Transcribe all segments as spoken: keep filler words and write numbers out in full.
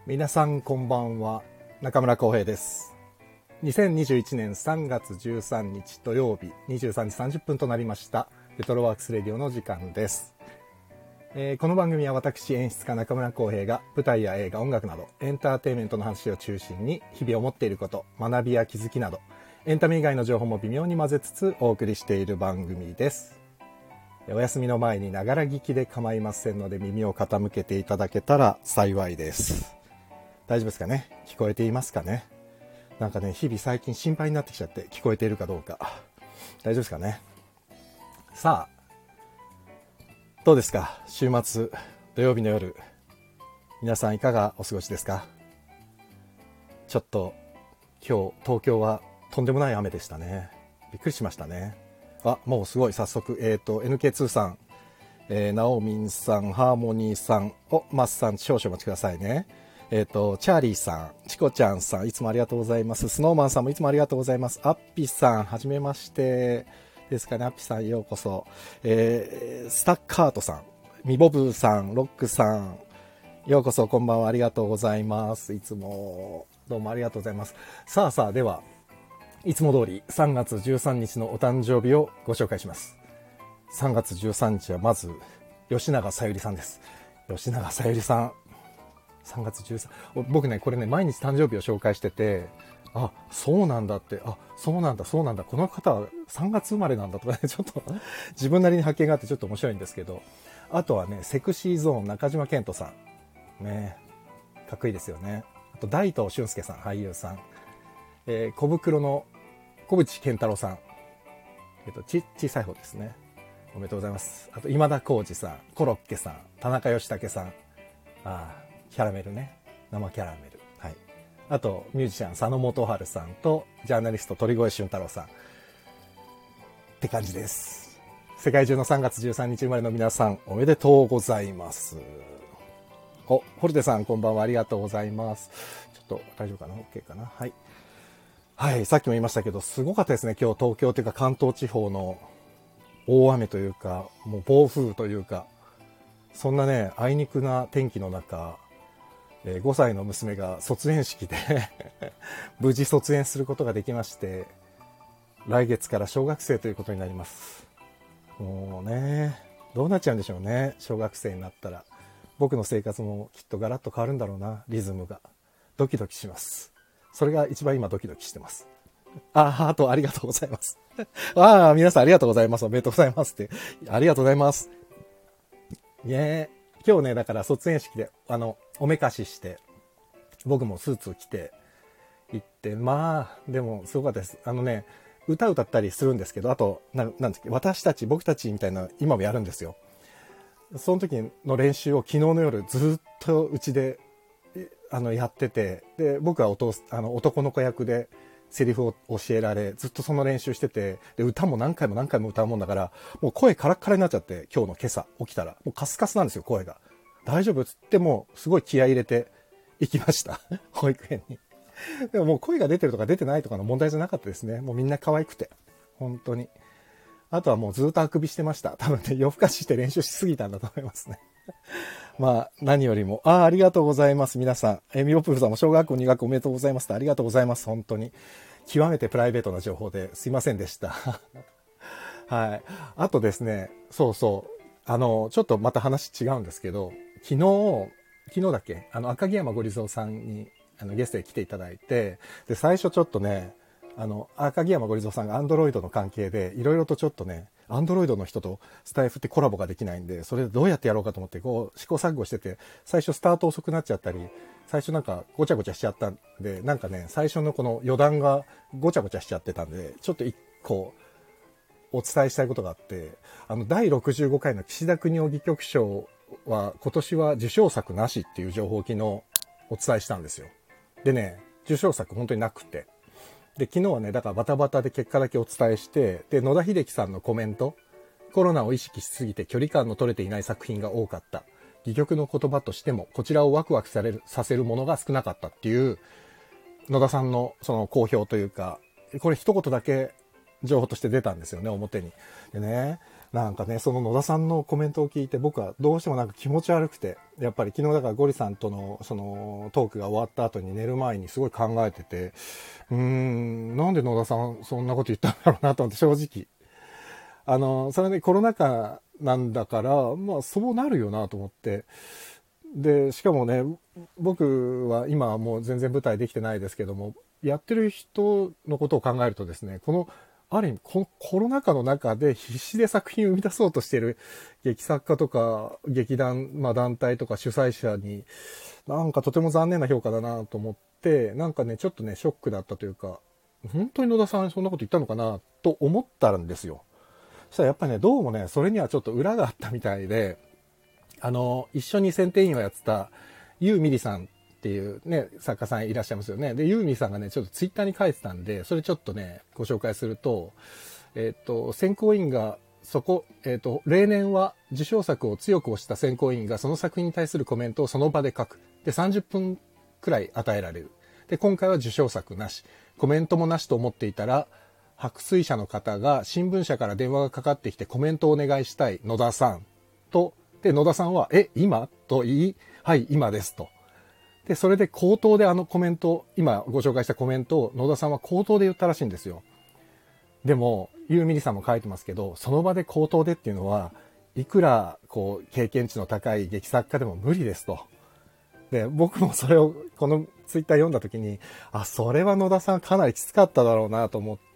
皆さんこんばんは、中村浩平です。にせんにじゅういちねんさんがつじゅうさんにち土曜日にじゅうさんじさんじゅっぷんとなりましたレトロワークスレディオの時間です。えー、この番組は私演出家中村浩平が舞台や映画、音楽などエンターテインメントの話を中心に日々思っていること、学びや気づきなどエンタメ以外の情報も微妙に混ぜつつお送りしている番組です。お休みの前にながら聞きで構いませんので耳を傾けていただけたら幸いです。大丈夫ですかね。聞こえていますかね。なんかね、日々最近心配になってきちゃって、聞こえているかどうか大丈夫ですかね。さあどうですか、週末土曜日の夜、皆さんいかがお過ごしですか。ちょっと今日東京はとんでもない雨でしたね。びっくりしましたね。あ、もうすごい、早速えっと エヌケーツー さん、えー、ナオミンさん、ハーモニーさん、お、マスさん、少々お待ちくださいね。えっと、チャーリーさん、チコちゃんさん、いつもありがとうございます。スノーマンさんもいつもありがとうございます。アッピさん、はじめましてですかね。アッピさん、ようこそ。えー、スタッカートさん、ミボブさん、ロックさん、ようこそ、こんばんは、ありがとうございます。いつも、どうもありがとうございます。さあさあ、では、いつも通り、さんがつじゅうさんにちのお誕生日をご紹介します。さんがつじゅうさんにちはまず、吉永小百合さんです。吉永小百合さん。さんがつじゅうさん、僕ねこれね毎日誕生日を紹介してて、あ、そうなんだって、あ、そうなんだそうなんだ、この方はさんがつ生まれなんだとかね、ちょっと自分なりに発見があってちょっと面白いんですけど、あとはねセクシーゾーン中島健人さんね、かっこいいですよね。あと大東俊介さん、俳優さん、えー、小袋の小渕健太郎さん、えっとち小さい方ですね、おめでとうございます。あと今田耕司さん、コロッケさん、田中義武さん、あキャラメルね、生キャラメル、はい、あとミュージシャン佐野元春さんとジャーナリスト鳥越俊太郎さんって感じです。世界中のさんがつじゅうさんにち生まれの皆さん、おめでとうございます。お、ホルテさんこんばんは、ありがとうございます。ちょっと大丈夫かな、 OK かな。はいはい、さっきも言いましたけどすごかったですね、今日東京というか関東地方の大雨というか、もう暴風というか、そんなねあいにくな天気の中、ごさいの娘が卒園式で無事卒園することができまして、来月から小学生ということになります。もうね、どうなっちゃうんでしょうね、小学生になったら。僕の生活もきっとガラッと変わるんだろうな、リズムが。ドキドキします。それが一番今ドキドキしてます。あ、ハートありがとうございますああ、皆さんありがとうございます、おめでとうございますって、ありがとうございます。ねえ、今日ねだから卒園式であのおめかしして、僕もスーツを着て行って、まあでもすごかったです。あのね歌歌ったりするんですけど、あとななんですっけ、私たち僕たちみたいな今もやるんですよ。その時の練習を昨日の夜ずっとうちであのやってて、で僕はお父あの男の子役でセリフを教えられ、ずっとその練習してて、で歌も何回も何回も歌うもんだから、もう声カラッカラになっちゃって、今日の今朝起きたらもうカスカスなんですよ、声が。大丈夫っつってもすごい気合い入れて行きました保育園に。でももう声が出てるとか出てないとかの問題じゃなかったですね。もうみんな可愛くて本当に。あとはもうずっとあくびしてました。多分ね夜更かしして練習しすぎたんだと思いますねまあ何よりも、あ、ありがとうございます皆さん。えミオプルさんも小学校に学おめでとうございます。ありがとうございます。本当に極めてプライベートな情報ですいませんでしたはい。あとですね、そうそう、あのちょっとまた話違うんですけど、昨日昨日だっけ、あの赤城山ごりぞうさんにあのゲストで来ていただいて、で最初ちょっとね、あの赤城山ごりぞうさんがアンドロイドの関係でいろいろとちょっとね、アンドロイドの人とスタイフってコラボができないんで、それでどうやってやろうかと思ってこう試行錯誤してて、最初スタート遅くなっちゃったり、最初なんかごちゃごちゃしちゃったんで、なんかね最初のこの余談がごちゃごちゃしちゃってたんで、ちょっと一個お伝えしたいことがあって、あのだいろくじゅうごかいの岸田國士戯曲賞は今年は受賞作なしっていう情報を昨日お伝えしたんですよ。でね、受賞作本当になくて、で昨日はねだからバタバタで結果だけお伝えして、で野田秀樹さんのコメント、コロナを意識しすぎて距離感の取れていない作品が多かった、戯曲の言葉としてもこちらをワクワクされるさせるものが少なかったっていう野田さんのその好評というか、これ一言だけ情報として出たんですよね、表に。でね、なんかね、その野田さんのコメントを聞いて、僕はどうしてもなんか気持ち悪くて、やっぱり昨日だからゴリさんとのそのトークが終わった後に寝る前にすごい考えてて、うーん、なんで野田さんそんなこと言ったんだろうなと思って、正直。あの、それでコロナ禍なんだから、まあそうなるよなと思って、で、しかもね、僕は今はもう全然舞台できてないですけども、やってる人のことを考えるとですね、この、ある意味このコロナ禍の中で必死で作品を生み出そうとしている劇作家とか劇団、まあ団体とか主催者に、なんかとても残念な評価だなと思って、なんかね、ちょっとね、ショックだったというか、本当に野田さんそんなこと言ったのかなと思ったんですよ。そしたらやっぱりね、どうもね、それにはちょっと裏があったみたいで、あの、一緒に選定委員をやってた、ユーミリさんっていうね、作家さんいらっしゃいますよね。で、ユーミリさんがね、ちょっとツイッターに書いてたんで、それちょっとね、ご紹介すると、えっと、選考委員が、そこ、えっと、例年は受賞作を強く推した選考委員がその作品に対するコメントをその場で書く。で、さんじゅっぷんくらい与えられる。で、今回は受賞作なし。コメントもなしと思っていたら、白水社の方が新聞社から電話がかかってきてコメントをお願いしたい野田さんと、で、野田さんは、え、今と言い、はい、今ですと。で、それで口頭であのコメント、今ご紹介したコメントを野田さんは口頭で言ったらしいんですよ。でも、ユーミリさんも書いてますけど、その場で口頭でっていうのは、いくら、こう、経験値の高い劇作家でも無理ですと。で、僕もそれを、このツイッター読んだ時に、あ、それは野田さんかなりきつかっただろうなと思って、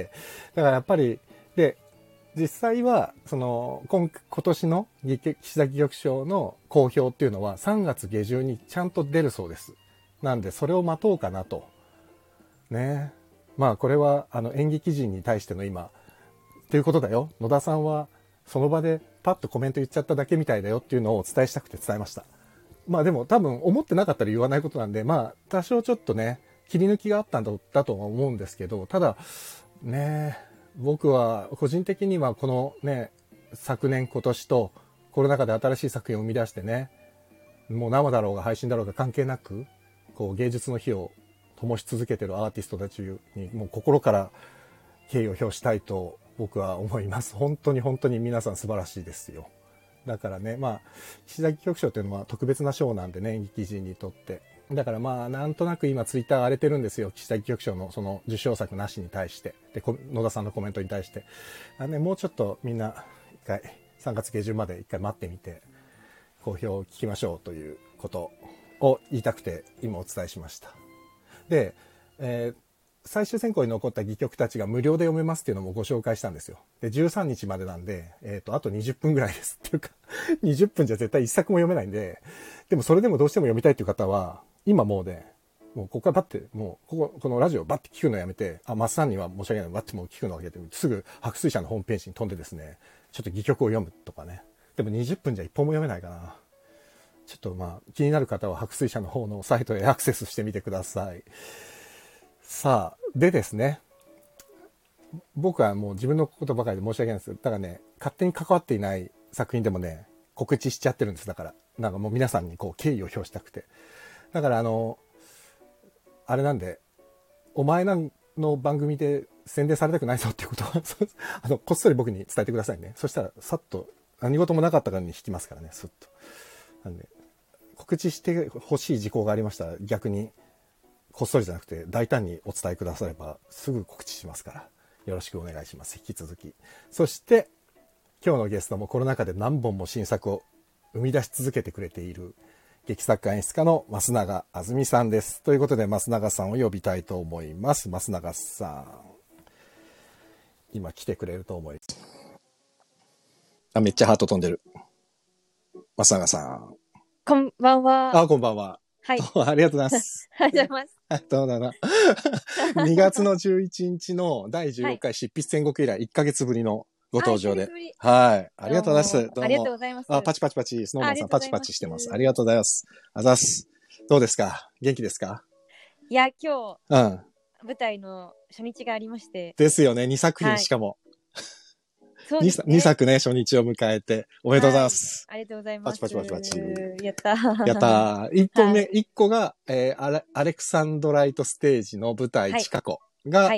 だからやっぱり、で、実際は、その、今、今年の岸田戯曲賞の公表っていうのはさんがつ下旬にちゃんと出るそうです。なんで、それを待とうかなと。ね。まあ、これは、あの、演劇人に対しての今、っていうことだよ。野田さんは、その場でパッとコメント言っちゃっただけみたいだよっていうのをお伝えしたくて伝えました。まあでも多分思ってなかったら言わないことなんで、まあ多少ちょっとね、切り抜きがあったんだ、だとは思うんですけど、ただ、ね、僕は個人的にはこのね、昨年今年とコロナ禍で新しい作品を生み出してね、もう生だろうが配信だろうが関係なく、こう芸術の火を灯し続けてるアーティストたちにもう心から敬意を表したいと僕は思います。本当に本当に皆さん素晴らしいですよ。だからね、まあ、岸田戯曲賞というのは特別な賞なんでね、演劇人にとって。だからまあ、なんとなく今ツイッター荒れてるんですよ。岸田戯曲賞のその受賞作なしに対して。で、野田さんのコメントに対して。あ、ね、もうちょっとみんな、一回、さんがつ下旬まで一回待ってみて、好評を聞きましょうということを言いたくて、今お伝えしました。で、えー最終選考に残った戯曲たちが無料で読めますっていうのもご紹介したんですよ。で、じゅうさんにちまでなんで、えっと、あとにじゅっぷんぐらいですっていうか、にじゅっぷんじゃ絶対一作も読めないんで、でもそれでもどうしても読みたいっていう方は、今もうね、もうここからバッて、もう、ここ、このラジオバッて聞くのやめて、あ、マッサンには申し訳ない、バッてもう聞くのをやめて、すぐ白水社のホームページに飛んでですね、ちょっと戯曲を読むとかね。でもにじゅっぷんじゃ一本も読めないかな。ちょっとまあ、気になる方は白水社の方のサイトへアクセスしてみてください。さあ、でですね、僕はもう自分のことばかりで申し訳ないんです。だからね、勝手に関わっていない作品でもね、告知しちゃってるんです。だから、なんかもう皆さんにこう敬意を表したくて。だからあの、あれなんで、お前なんの番組で宣伝されたくないぞっていうことは、あの、こっそり僕に伝えてくださいね。そしたら、さっと、何事もなかったからに引きますからね、すっと。なんで、告知してほしい事項がありましたら、逆に、こっそりじゃなくて大胆にお伝えくださればすぐ告知しますからよろしくお願いします。引き続き。そして今日のゲストもコロナ禍で何本も新作を生み出し続けてくれている劇作家演出家の増永あずみさんです。ということで増永さんを呼びたいと思います。増永さん、今来てくれると思います。あ、めっちゃハート飛んでる。増永さん、 こんばんは。 あ、こんばんは。 はい。 ありがとうございます。 ありがとうございます。 あどうだな。にがつのじゅういちにちのだいじゅうろっかい執筆戦国以来いっかげつぶりのご登場で。はい。ありがとうございます。どうも。 ありがとうございます。 あ、パチパチパチ、スノーマンさんパチパチしてます。ありがとうございます。あざす。どうですか？元気ですか？ いや、今日、 うん。 舞台の初日がありまして。 ですよね。にさく品しかも。 そうですね。 にさくね、初日を迎えて、おめでとうございます。 はい、ありがとうございます。 パチパチパチパチ。 やったー。 やったー。いっこめ、いっこが、えー、アレ、アレクサンドライトステージの舞台、はい、チカコが、はい、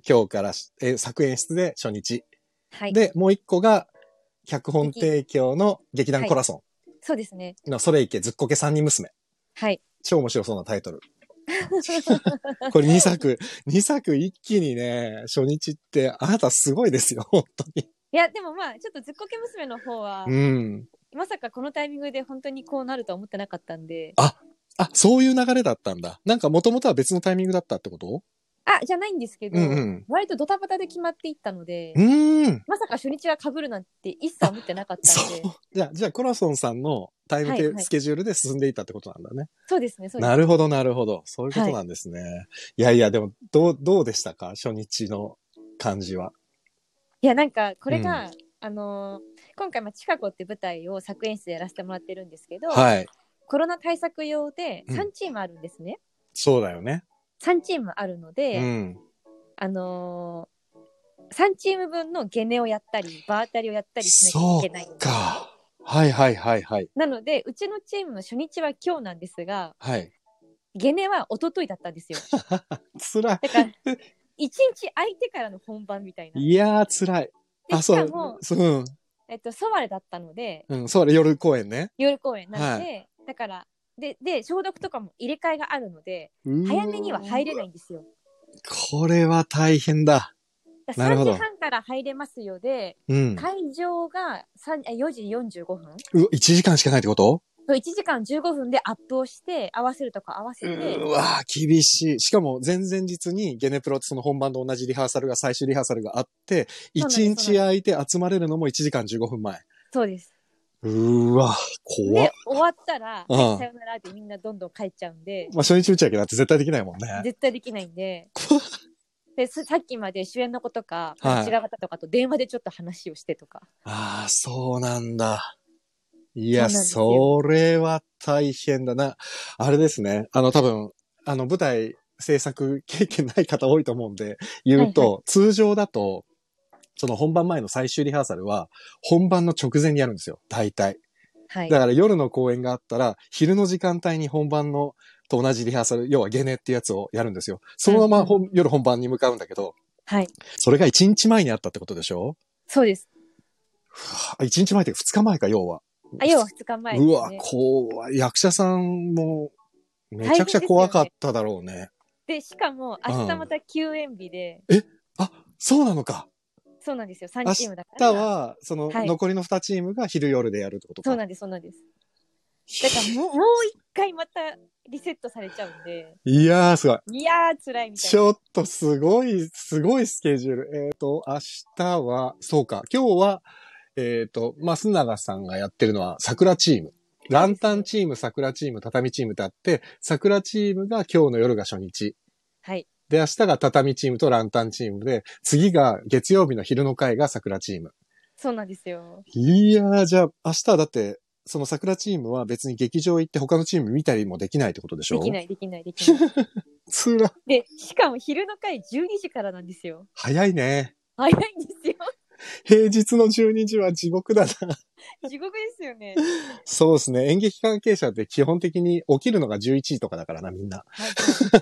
今日からえ作演出で初日。 はい。 で、もう一個が、脚本提供の劇団コラソン。はい、 そうですね。 のそれいけずっこけ三人娘。 はい。 超面白そうなタイトル。これにさく、にさく一気にね、初日って、あなたすごいですよ、本当に。 いや、でもまあ、ちょっとずっこけ娘の方は、うん。まさかこのタイミングで本当にこうなるとは思ってなかったんで。 あ、あ、そういう流れだったんだ。なんかもともとは別のタイミングだったってこと？ あ、じゃないんですけど、うんうん、割とドタバタで決まっていったので、 うーん。 まさか初日は被るなんて一切思ってなかったんで。 じゃあ、じゃあ、コラソンさんのタイム、はいはい、スケジュールで進んでいったってことなんだね。 そうですね、そうですね。 なるほど、なるほど。そういうことなんですね。はい、いやいや、でも、どう、どうでしたか？初日の感じは。 いや、なんか、これが、うん、あのー、今回、まあ、チカゴって舞台を作演室でやらせてもらってるんですけど、はい。コロナ対策用でさんチームあるんですね。うん、 そうだよね。 さんチームあるので、うん、あのー、さんチーム分のゲネをやったり、場当たりをやったりしなきゃいけないんです。 そうか。はいはいはいはい。 なので、うちのチームの初日は今日なんですが、 はい。 ゲネは一昨日だったんですよ。 つらい。 だから、一日空いてからの本番みたいな。 いやー、つらい。 で、しかも、そう、うん。えっと、ソワレだったので、 うん、ソワレ夜公演ね。 夜公演なので、はい、だから、で、で、消毒とかも入れ替えがあるので、早めには入れないんですよ。 これは大変だ。 さんじはんから入れますよで、うん、会場がよじよんじゅうごふん。 うわ、いちじかんしかないってこと？ いちじかんじゅうごふんでアップをして、合わせるとか合わせて。 うわ厳しい。しかも前々日にゲネプロってその本番と同じリハーサルが、最終リハーサルがあって、いちにち空いて集まれるのもいちじかんじゅうごふんまえ。 そうです。 うわ怖っ。 で、終わったら、うん、はい、さよならってみんなどんどん帰っちゃうんで。 まあ初日打ち上げなんて絶対できないもんね。 絶対できないんで。でさっきまで主演の子とか、はい、違う方とかと電話でちょっと話をしてとか。 ああ、そうなんだ。いや、それは大変だな。あれですね。あの、多分、あの、舞台制作経験ない方多いと思うんで、言うと、はいはい、通常だと、その本番前の最終リハーサルは、本番の直前にやるんですよ。大体。はい。だから夜の公演があったら、昼の時間帯に本番のと同じリハーサル、要はゲネってやつをやるんですよ。そのまま、うんうん、夜本番に向かうんだけど、はい。それがいちにちまえにあったってことでしょ？ そうです。 いちにちまえってふつかまえか、要は。 あ、要はふつかまえですね。 うわ、怖い。役者さんも、めちゃくちゃ怖かっただろうね。 で、ね、しかも、明日また休演日で、 うん。えあ、そうなのか。 そうなんですよ。さんチームだから。 明日は、その、はい、残りのにチームが昼夜でやるってことか。 そうなんです、そうなんです。だからもう、もう一回またリセットされちゃうんで。 いやー、すごい。 いやー、辛いみたいな。 ちょっとすごい、すごいスケジュール。えっと、明日は、そうか、今日は、えっと、増永さんがやってるのは桜チーム。ランタンチーム、桜チーム、畳チームってあって、桜チームが今日の夜が初日。はい。で、明日が畳チームとランタンチームで、次が月曜日の昼の会が桜チーム。 そうなんですよ。 いやー、じゃあ明日はだって、その桜チームは別に劇場行って他のチーム見たりもできないってことでしょ？ できない、できない、できない。 つら。 で、しかも昼の会じゅうにじからなんですよ。 早いね。 早いんですよ。 平日のじゅうにじは地獄だな。 地獄ですよね。 そうですね。演劇関係者って基本的に起きるのがじゅういちじとかだからな、みんな。はい、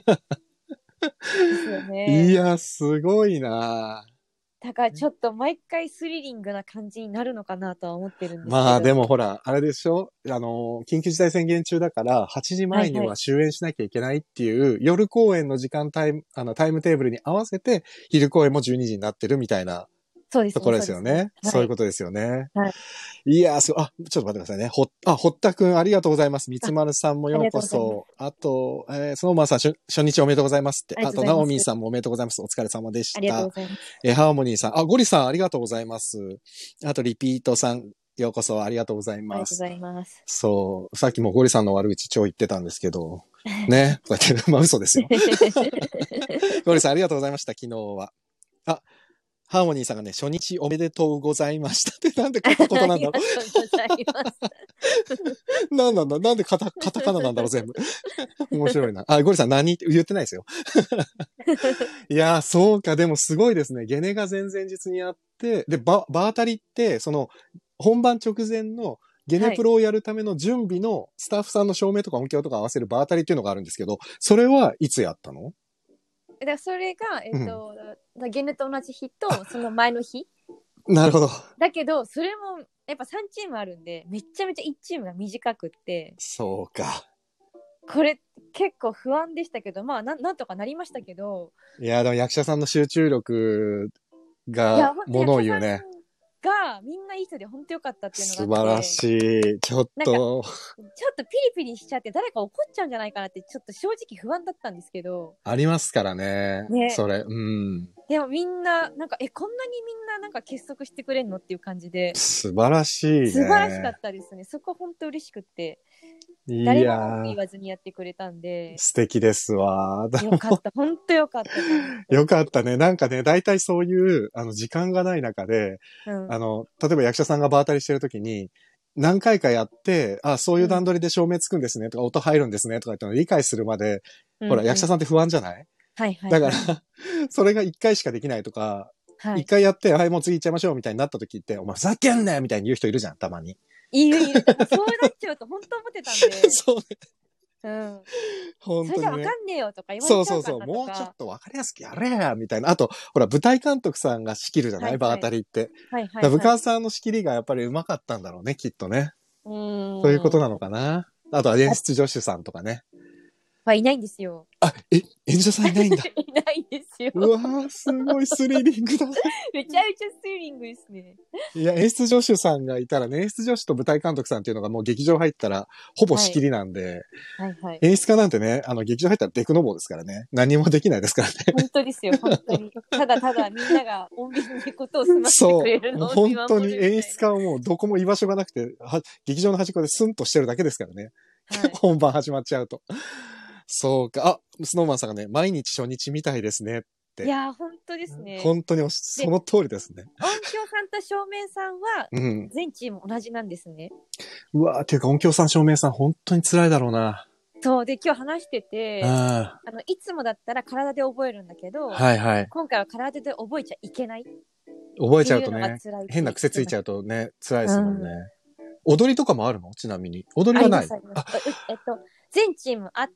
ですよね。 いや、すごいな。 だからちょっと毎回スリリングな感じになるのかなとは思ってるんですけど。 まあでもほら、あれでしょ？あの、緊急事態宣言中だからはちじまえには終演しなきゃいけないっていう、はいはい、夜公演の時間タイム、あの、タイムテーブルに合わせて昼公演もじゅうにじになってるみたいな。そうですね。ところですよね。そうですね。そういうことですよね。はい。いやー、すごい。あ、ちょっと待ってくださいね。ほ、あ、堀田くんありがとうございます。三つ丸さんもようこそ。あ, あと、えー、スノーマンさん初日おめでとうございますって。あ, あと、ナオミンさんもおめでとうございます。お疲れ様でした。ありがとうございます。えー、ハーモニーさん。あ、ゴリさんありがとうございます。あと、リピートさん。ようこそありがとうございます。ありがとうございます。そう。さっきもゴリさんの悪口超言ってたんですけど。ね。こうやって、まあ嘘ですよ。ゴリさんありがとうございました。昨日は。あ、ハーモニーさんがね、初日おめでとうございましたってなんで書くことなんだろう。ありがとうございます。なんなんだなんでカタ、カタカナなんだろう全部。面白いな。あ、ゴリさん何って言ってないですよ。いやー、そうか。でもすごいですね。ゲネが前々日にあって、で、バ、バータリって、その、本番直前のゲネプロをやるための準備のスタッフさんの照明とか音響とか合わせるバータリっていうのがあるんですけど、それはいつやったの？ だからそれが、えっと、うん、ゲネと同じ日と、その前の日。 なるほど。 だけど、それも、やっぱさんチームあるんで、めちゃめちゃいちチームが短くって。 そうか。 これ、結構不安でしたけど、まあ、な、なんとかなりましたけど。 いや、でも役者さんの集中力が、ものを言うね。 がみんないい人で本当良かったっていうのがあって素晴らしい。ちょっとちょっとピリピリしちゃって誰か怒っちゃうんじゃないかなってちょっと正直不安だったんですけど。 ありますからね。ね、それ。うん。 でもみんななんかえこんなにみんななんか結束してくれんのっていう感じで。 素晴らしいね。 素晴らしかったですね。そこ本当嬉しくって。誰も文句言わずにやってくれたんで。 素敵ですわ。 よかった。本当よかった。 よかったね。なんかね、大体そういう、あの、時間がない中で、うん、あの、例えば役者さんが場当たりしてるときに、何回かやって、あ、そういう段取りで照明つくんですね、とか、音入るんですね、とかってのを理解するまで、うんうん、ほら、役者さんって不安じゃない？ はいはい、はい。 だから、それが一回しかできないとか、一、はい、回やって、はい、もう次行っちゃいましょう、みたいになったときって、お前ふざけんなよみたいに言う人いるじゃん、たまに。 いるいる。そうなっちゃうと本当思ってたんで。 そうね。 うん。 本当に、ね。 それじゃわかんねえよとか言われちゃうかなとか。そうそうそう。 もうちょっとわかりやすくやれや、みたいな。あと、ほら、舞台監督さんが仕切るじゃない、はいはい、場当たりって。はいはい、はい。部下さんの仕切りがやっぱり上手かったんだろうね、きっとね。うん。そういうことなのかな。あとは演出助手さんとかね。 はいないんですよ。 あ、え、演者さんいないんだ。 いないんですよ。 うわー、すごいスリリングだね。 めちゃめちゃスリリングですね。 いや、演出助手さんがいたらね、演出助手と舞台監督さんっていうのがもう劇場入ったら、ほぼ仕切りなんで、はいはいはい、演出家なんてね、あの、劇場入ったらデクノボーですからね。何もできないですからね。 本当ですよ、本当に。ただただみんなが穏便にことを済ませてくれるのをそう。本当に演出家はもうどこも居場所がなくて、は劇場の端っこでスンとしてるだけですからね。はい、本番始まっちゃうと。そうか。あ、スノーマンさんがね、毎日初日みたいですねって。 いやー、本当ですね。 本当にその通りですね。 音響さんと照明さんは、全チーム同じなんですね。 うん、うわー、ていうか音響さん、照明さん、本当に辛いだろうな。 そう、で、今日話してて、あの、いつもだったら体で覚えるんだけど、はいはい。今回は体で覚えちゃいけない。 覚えちゃうとね、変な癖ついちゃうとね、辛いですもんね。うん、踊りとかもあるの？ちなみに。踊りはない。 あ、えっと、全チームあって、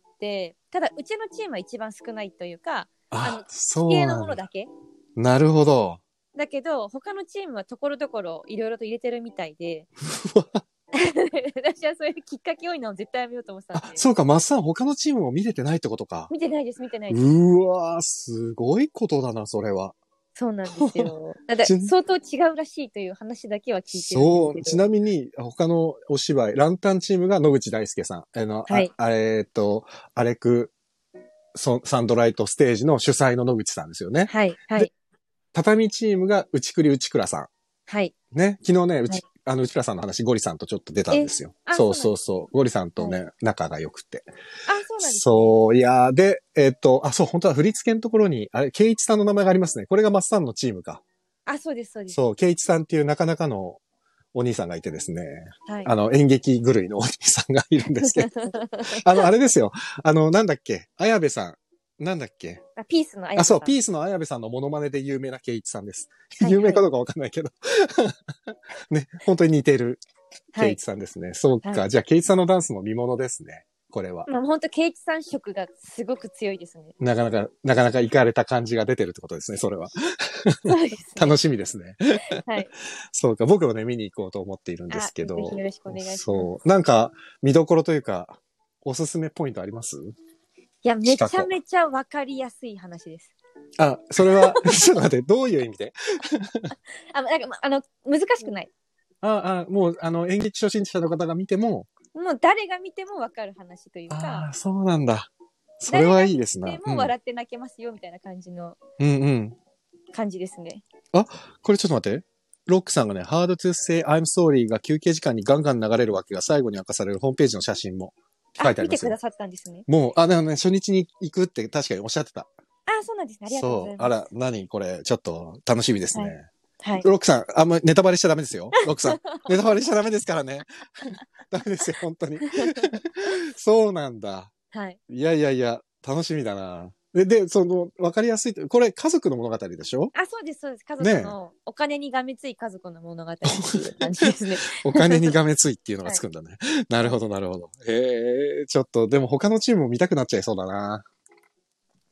ただうちのチームは一番少ないというか、あ, あの指定のものだけ。 なるほど。 だけど他のチームはところどころいろいろと入れてるみたいで。私はそういうきっかけ多いのを絶対やめようと思ってたんで。 あ、そうか、マッサン他のチームも見れてないってことか。 見てないです、見てないです。 うわー、すごいことだな、それは。 そうなんですよ。だって相当違うらしいという話だけは聞いてるんですけど。そう、 ちなみに他のお芝居、ランタンチームが野口大輔さん。あの、はい、あ, あれ、えっと、アレクサンドライトステージの主催の野口さんですよね。 はい、はい。 畳チームが内栗内倉さん。 はい。 ね、昨日ね、うち、はい、あの、内倉さんの話、ゴリさんとちょっと出たんですよ。そうそうそう。ゴリさんとね、はい、仲が良くて。 あ、そうなんですね。 そう、いやで、えっと、あ、そう、本当は振り付けのところに、あれ、ケイイチさんの名前がありますね。これがマッサンのチームか。 あ、そうです、そうです。 そう、ケイイチさんっていうなかなかのお兄さんがいてですね。はい。あの、演劇狂いのお兄さんがいるんですけど。あの、あれですよ。あの、なんだっけ、綾部さん。なんだっけあ、ピースの綾部さん。あ、そう、ピースの綾部さんのモノマネで有名なケイイチさんです。はいはい、有名かどうかわかんないけど。ね、本当に似てるケイイチさんですね。はい、そうか、はい。じゃあ、ケイイチさんのダンスも見物ですね。これは。 まあ、本当ケイイチさん色がすごく強いですね。 なかなか、なかなかイカれた感じが出てるってことですね、それは。そうですね。楽しみですね。はい。そうか、僕もね、見に行こうと思っているんですけど。 ぜひよろしくお願いします。 そう。なんか、見どころというか、おすすめポイントあります？ いや、めちゃめちゃわかりやすい話です。 あ、それは、ちょっと待って、どういう意味であ、なんか、あの、難しくない。 ああ、もう、あの、演劇初心者の方が見ても、 もう誰が見てもわかる話というか。 ああ、そうなんだ。それはいいですな。 誰が見ても笑って泣けますよ、みたいな感じの。 うんうん。 感じですね。 あ、これちょっと待って。ロックさんがね、Hard to say I'm sorry が休憩時間にガンガン流れるわけが最後に明かされるホームページの写真も書いてありますよ。 見てくださったんですね。 もう、あ、でもね、初日に行くって確かにおっしゃってた。 あ、そうなんですね。ありがとうございます。 そう。あら、何これ、ちょっと楽しみですね。はいはい、 ロックさん、あんまネタバレしちゃダメですよ。ロックさん。ネタバレしちゃダメですからね。ダメですよ、本当に。そうなんだ。 はい。 いやいやいや、楽しみだな。で、で、その、わかりやすい。これ、家族の物語でしょ？ あ、そうです、そうです。家族の、お金にがめつい家族の物語っていう感じですね。 お金にがめついっていうのがつくんだね。はい、なるほど、なるほど。へえ、ちょっと、でも他のチームも見たくなっちゃいそうだな。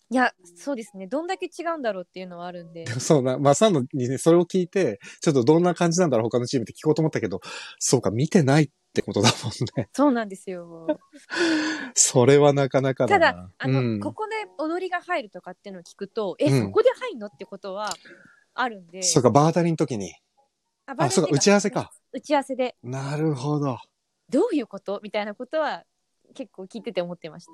いや、そうですね。どんだけ違うんだろうっていうのはあるんで。 そうな、まあ、サンドにね、それを聞いて、ちょっとどんな感じなんだろう、他のチームって聞こうと思ったけど、そうか、見てないってことだもんね。 そうなんですよ。 それはなかなかだな。 ただ、あの、うん、ここで踊りが入るとかっていうのを聞くと、え、うん、そこで入んのってことはあるんで。 そうか、バータリの時に。あ、あそうか、打ち合わせか。 打ち合わせで。 なるほど。 どういうことみたいなことは結構聞いてて思ってました。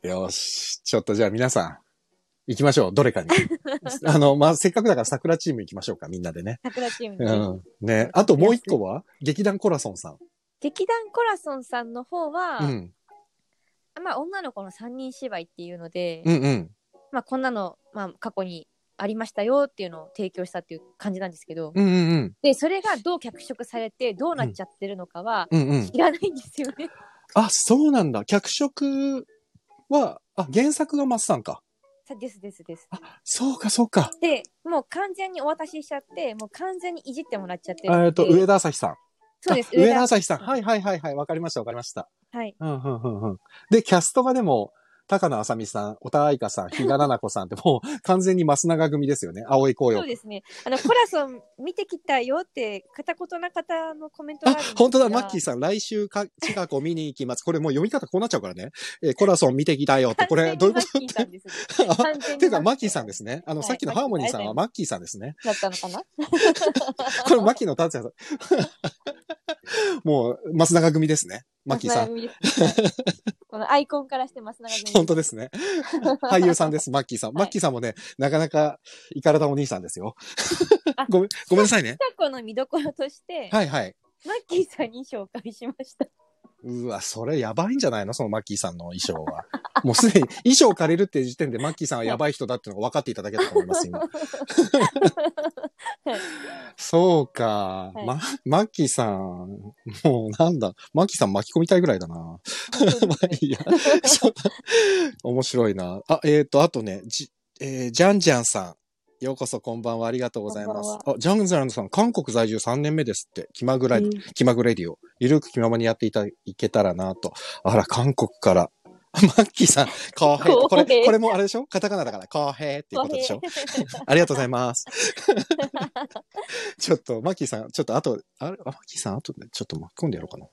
よし。ちょっとじゃあ皆さん、行きましょう。どれかに。あの、まあ、せっかくだから桜チーム行きましょうか、みんなでね。 桜チームね。 うん。ね。あともう一個は劇団コラソンさん。 劇団コラソンさんの方は、うん、まあ、女の子の三人芝居っていうので、 うんうん、 まあ、こんなの、まあ、過去にありましたよっていうのを提供したっていう感じなんですけど、 うんうんうん、 で、それがどう脚色されてどうなっちゃってるのかは知らないんですよね。うんうんうん、 あ、そうなんだ。脚色は、あ、原作がマスさんか。 ですですです。 あ、そうかそうか。 で、もう完全にお渡ししちゃって、もう完全にいじってもらっちゃってる。えっと、上田朝日さん。 そうです。 上田朝日さん。はいはいはいはい。わかりましたわかりました。 はい。 うんうんうんうん。で、キャストがでも、高野あさみさん、小田愛香さん、比嘉奈々子さんってもう完全に増永組ですよね。青い紅葉。 そうですね。あの、コラソン見てきたよって、片言な方のコメントがあるんですが。 あ、本当だ、マッキーさん、来週か、近くを見に行きます。これもう読み方こうなっちゃうからね。えー、コラソン見てきたよって、これ、どういうことって。っていうか、マッキーさんですね。あの、はい、さっきのハーモニーさんはマッキーさんですね。 だったのかなこれ、マッキーの達也さん。もう、増永組ですね。マッキーさん。 このアイコンからして増永組。 本当ですね。俳優さんです、マッキーさん。はい、マッキーさんもね、なかなか、イカれたお兄さんですよ。ごめん、ごめんなさいね。 この見どころとして、 はいはい。 マッキーさんに紹介しました。 うわ、それやばいんじゃないのそのマッキーさんの衣装は。もうすでに衣装借りるっていう時点でマッキーさんはやばい人だっていうのが分かっていただけだと思います、今。はい、そうか、はい、ま、マッキーさん、もうなんだ、マッキーさん巻き込みたいぐらいだな。まあいいや。面白いな。あ、えっ、ー、と、あとね、じ、えー、ジャンジャンさん。ようこそこんばんはありがとうございます。あ、ジャンジャンさん、韓国在住さんねんめですって。気まぐら、気まぐレディを。ゆるく気ままにやっていた、いけたらなと。あら、韓国から。マッキーさん、コーヘイ。これ、これもあれでしょカタカナだから、コーヘイっていうことでしょありがとうございます。ちょっと、マッキーさん、ちょっと後、あれ、マッキーさん、後でちょっと巻き込んでやろうかな。はい、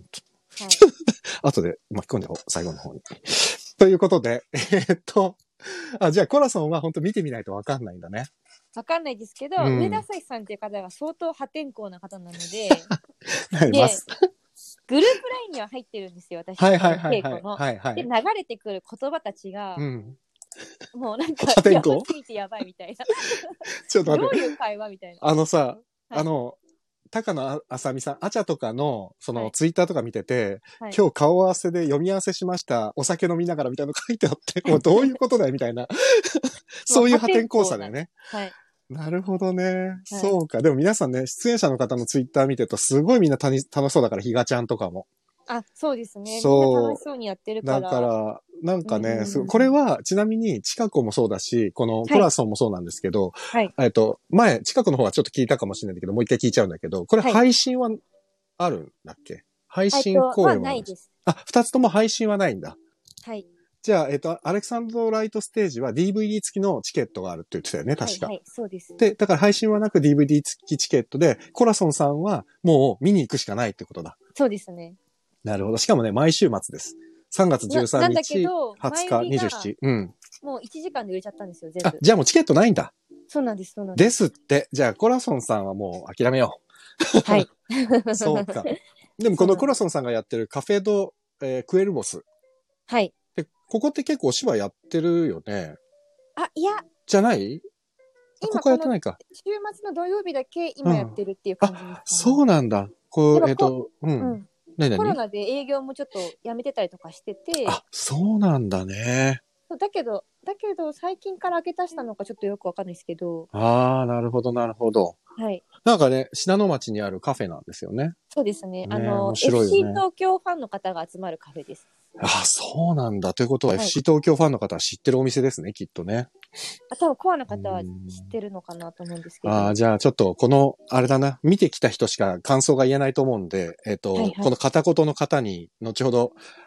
後で巻き込んでやろう、最後の方に。ということで、えー、っと、あ、じゃあコラソンは本当見てみないとわかんないんだね。 わかんないですけど、うん、上田彩さんっていう方が相当破天荒な方なので、 で、 グループラインには入ってるんですよ、私の稽古の。で、流れてくる言葉たちが、うん、もうなんか、 破天荒すぎてやばいみたいな。 ちょっと待って。 どういう会話みたいな。 あのさ、はい、あの、高野あさみさん、あちゃとかの、その、ツイッターとか見てて、はい、今日顔合わせで読み合わせしました、お酒飲みながらみたいなの書いてあって、もうどういうことだよみたいな。そういう破天荒さだよね。 はい。 なるほどね、はい。そうか。でも皆さんね、出演者の方のツイッター見てると、すごいみんな楽しそうだから、ひがちゃんとかも。 あ、そうですね。そう。みんな楽しそうにやってるから。 だから、なんかね、うんうんうん、これは、ちなみに、近くもそうだし、このコラソンもそうなんですけど、はい、えっと、前、近くの方はちょっと聞いたかもしれないんだけど、もう一回聞いちゃうんだけど、これ配信はあるんだっけ、はい、配信公演はないです。 あ、二つとも配信はないんだ。 はい。 じゃあ、えっと、アレクサンドライトステージは ディーブイディー 付きのチケットがあるって言ってたよね、確か。 はい、はい、そうです。 で、だから配信はなく ディーブイディー 付きチケットで、コラソンさんはもう見に行くしかないってことだ。 そうですね。 なるほど。しかもね、毎週末です。さんがつじゅうさんにち、はつか、にじゅうしち。うん。 もういちじかんで売れちゃったんですよ、全部。 あ、じゃあもうチケットないんだ。 そうなんです、そうなんです。 ですって。じゃあ、コラソンさんはもう諦めよう。はい。 そうか。でもこのコラソンさんがやってるカフェド、えー、クエルボス。 はい。 で、ここって結構お芝居やってるよね。 あ、いや。 じゃないここやってないか。 週末の土曜日だけ今やってるっていう感じです、ねうん。あ、 そうなんだ。こう、えっと、うん。うんコロナで営業もちょっとやめてたりとかしてて。 あ、そうなんだね。 だけど、だけど最近から開け足したのかちょっとよくわかんないですけど。 ああ、なるほど、なるほど。 はい。 なんかね、信濃町にあるカフェなんですよね。 そうですね。 ねあの、 面白いよね、 エフシー 東京ファンの方が集まるカフェです。 ああ、そうなんだ。ということは、はい、エフシー 東京ファンの方は知ってるお店ですね、きっとね。 あ、多分コアの方は知ってるのかなと思うんですけど。 ああ、じゃあちょっとこの、あれだな、見てきた人しか感想が言えないと思うんで、えっと、はいはい、この片言の方に、後ほど、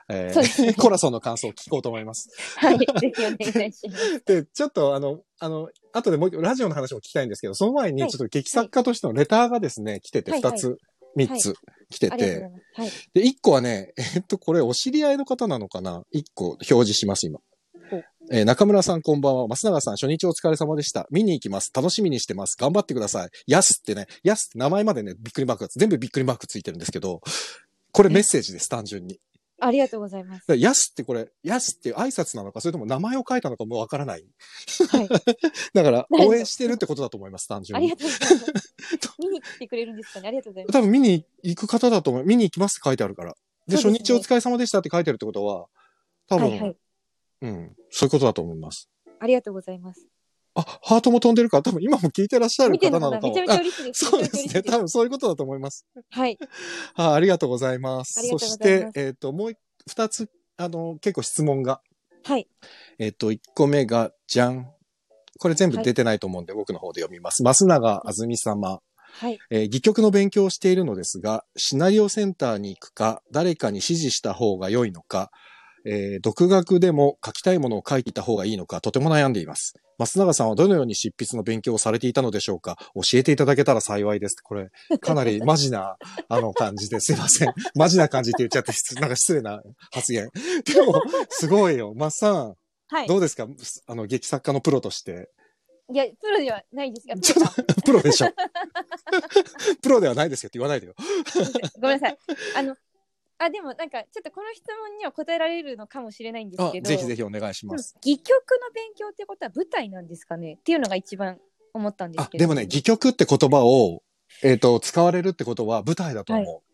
えーね、コラソンの感想を聞こうと思います。 はい、ぜひお願いします。 で、ちょっとあの、あの、後でもうラジオの話も聞きたいんですけど、その前にちょっと劇作家としてのレターがですね、はい、来ててふたつ、みっつ来てて、 はい、 で、いっこはね、えっと、これお知り合いの方なのかな ?いっ 個表示します、今。えー、中村さんこんばんは。増永さん、初日お疲れ様でした。見に行きます。楽しみにしてます。頑張ってください。やすってね、やすって名前までね、びっくりマークが全部びっくりマークついてるんですけど、これメッセージです、単純に。 ありがとうございます。 やすってこれ、やすって挨拶なのか、それとも名前を書いたのかもわからない。はい。だから、応援してるってことだと思います、単純に。 ありがとうございます。見に来てくれるんですかね。ありがとうございます。 多分見に行く方だと思う。見に行きますって書いてあるから。で、初日お疲れ様でしたって書いてあるってことは、多分、はいはい、うん、そういうことだと思います。 ありがとうございます。 あ、ハートも飛んでるから、多分今も聞いてらっしゃる方なのかも。 めちゃめちゃ嬉しいです。 そうですね。多分そういうことだと思います。 はい。 あ、ありがとうございます。そして、えっと、もう二つ、あの、結構質問が。 はい。 えっと、一個目が、じゃん。これ全部出てないと思うんで、はい、僕の方で読みます。増永あずみ様。はい。えー、戯曲の勉強をしているのですが、シナリオセンターに行くか、誰かに指示した方が良いのか、えー、独学でも書きたいものを書いていた方がいいのか、とても悩んでいます。増永さんはどのように執筆の勉強をされていたのでしょうか。教えていただけたら幸いです。これ、かなりマジな、あの感じですいません。マジな感じって言っちゃって、なんか失礼な発言。でも、すごいよ。増さん、はい、どうですか、あの、劇作家のプロとして。 いや、プロではないですが、 ちょっと、プロでしょ。プロではないですよって言わないでよ。 ごめんなさい。あの、あ、でもなんかちょっとこの質問には答えられるのかもしれないんですけど、 ぜひぜひお願いします。 戯曲の勉強ってことは舞台なんですかねっていうのが一番思ったんですけど。 あ、でもね、戯曲って言葉を、えっと、使われるってことは舞台だと思う。はい、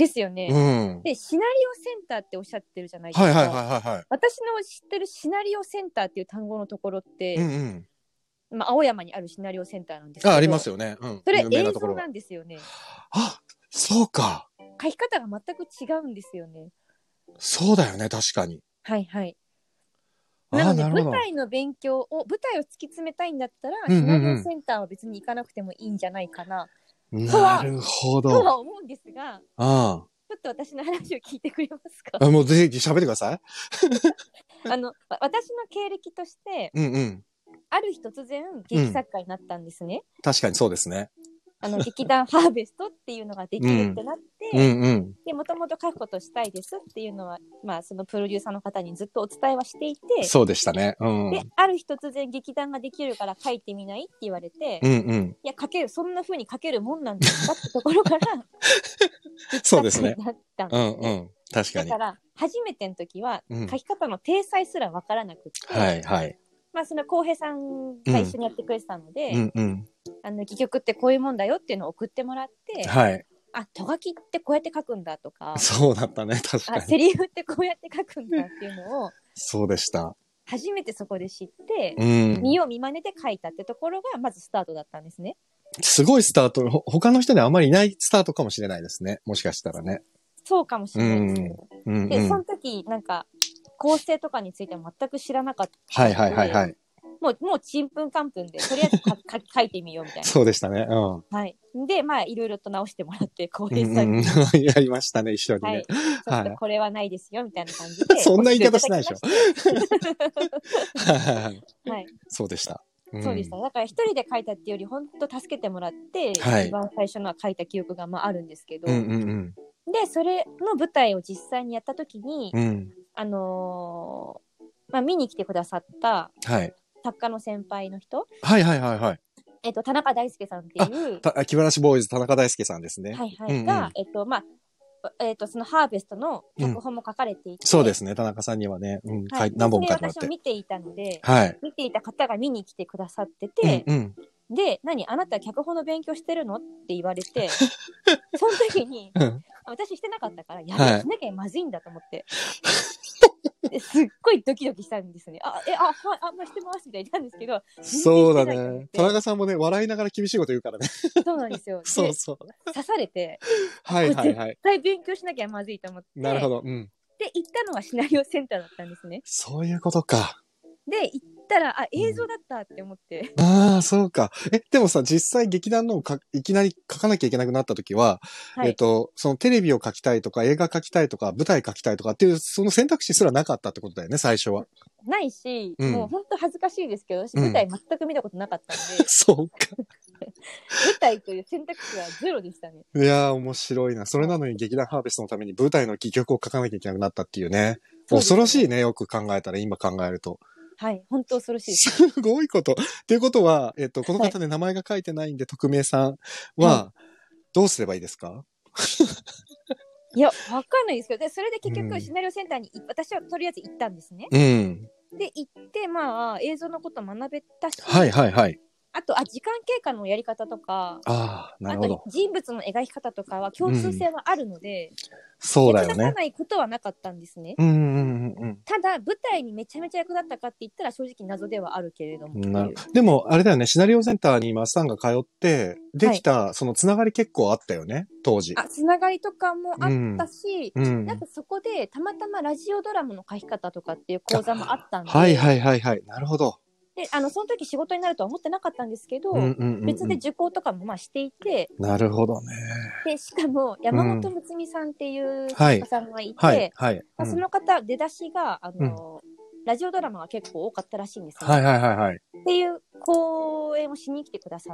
ですよね、うん。で、シナリオセンターっておっしゃってるじゃないですか。 はいはいはいはい、はい。 私の知ってるシナリオセンターっていう単語のところって、うんうん、まあ、青山にあるシナリオセンターなんですけど。 あ、ありますよね。うん。 それ映像なんですよね。 あ、そうか。 書き方が全く違うんですよね。 そうだよね、確かに。 はいはい。なので舞台の勉強を舞台を突き詰めたいんだったら、うんうんうん、シナリオセンターは別に行かなくてもいいんじゃないかな、 なるほどとは思うんですが、ああちょっと私の話を聞いてくれますか。 あ、もうぜひ喋ってください。 あの私の経歴として、 うんうん、ある日突然劇作家になったんですね。 うん、確かにそうですね。 あの劇団ハーベストっていうのができるってなって、うんうんうん、でもともと書くことしたいですっていうのは、まあ、そのプロデューサーの方にずっとお伝えはしていて、 そうでしたね、うん、 である日突然劇団ができるから書いてみないって言われて、 うんうん、 いや書けるそんな風に書けるもんなんですかってところからそうですね、 なったんですね。 うんうん、確かに。 だから初めての時は書き方の体裁すらわからなくて、 うん、はいはいまあ、その浩平さんが一緒にやってくれてたので、 うんうんうん、 あの戯曲ってこういうもんだよっていうのを送ってもらって、 はい、 あ、ト書きってこうやって書くんだとか、 そうだったね、確かに。 あ、セリフってこうやって書くんだっていうのをそうでした。 初めてそこで知って、 うん、 見よう見まねで書いたってところがまずスタートだったんですね。 すごいスタート、他の人にはあまりいないスタートかもしれないですね。もしかしたらね。 そうかもしれないですよ、 うんうんうん、 でその時なんか構成とかについては全く知らなかったはいはいはいはい。 もう、もうちんぷんかんぷんで、とりあえずかか書いてみようみたいな。 そうでしたね。うん。 はい。で、まあ、いろいろと直してもらって、浩平さんに、 うんうん。やりましたね、一緒にね。はい。 ちょっとこれはないですよ、みたいな感じで。 そんな言い方しないでしょ。 はい。 そうでした。 うん、そうでした。だから一人で書いたっていうより、本当助けてもらって、はい、一番最初のは書いた記憶がまああるんですけど、 うんうんうん、 で、それの舞台を実際にやったときに、 うん、 あのー、まあ、見に来てくださった、 はい。 作家の先輩の人、 はいはいはいはい。 えっと、田中大輔さんっていう。 あ、気晴らしボーイズ田中大輔さんですね。 はいはい。うんうん、が、えっと、まあ、えっと、そのハーベストの脚本も書かれていて。 うん、そうですね。田中さんにはね、うん、はい、何本も書いてもらって。 私は見ていたので、 はい。 見ていた方が見に来てくださってて、 うんうん、 で、何あなた脚本の勉強してるのって言われて、その時に、うん、私してなかったから、やべえ、はい、しなきゃまずいんだと思って。すっごいドキドキしたんですね。あ、え、あ、はい、あんましてますみたいに言ったんですけど。 そうだね。田中さんもね、笑いながら厳しいこと言うからね。 そうなんですよ。 そうそう。 刺されて、 はいはいはい。 絶対勉強しなきゃまずいと思って。 なるほど。うん。 で、行ったのはシナリオセンターだったんですね。 そういうことか。 で、行ったら、あ、映像だったって思って。 ああ、そうか。え、でもさ、実際劇団のをかいきなり書かなきゃいけなくなった時は、 はい、 えっと、そのテレビを書きたいとか、映画書きたいとか、舞台書きたいとかっていう、その選択肢すらなかったってことだよね、最初は。 ないし、 うん、 もう本当恥ずかしいですけど、私うん、 舞台全く見たことなかったんで、 そうか。 舞台という選択肢はゼロでしたね。 いやー、面白いな。それなのに劇団ハーベストのために舞台の戯曲を書かなきゃいけなくなったっていうね。恐ろしいね、よく考えたら、今考えると。 はい、本当恐ろしいです。 すごいこと。っていうことは、えっと、この方で名前が書いてないんで、匿名さんは、どうすればいいですか？ いや、わかんないですけど、で、それで結局、シナリオセンターに、私はとりあえず行ったんですね。 うん。 で、行って、まあ、映像のこと学べたし、 はいはいはい。 あと、あ、時間経過のやり方とか、 ああ、なるほど。 あと人物の描き方とかは共通性はあるので、うん、 そうだよね。 役立たないことはなかったんですね。 うんうんうん、 ただ、舞台にめちゃめちゃ役立ったかって言ったら正直謎ではあるけれども。 なでも、あれだよね、シナリオセンターにマスさんが通って、できた、はい、そのつながり結構あったよね、当時。 あ、つながりとかもあったし、 うん、 なんかそこでたまたまラジオドラマの書き方とかっていう講座もあったんで。 はいはいはいはい、なるほど。 で、あの、その時仕事になるとは思ってなかったんですけど、うんうんうんうん、別で受講とかもまあしていて。 なるほどね。 で、しかも、山本睦美さんっていう作家さんがいて、はいはいはいうん、その方、出だしが、あの、うん、ラジオドラマが結構多かったらしいんですね。 はいはいはいはい。 っていう講演をしに来てくださって、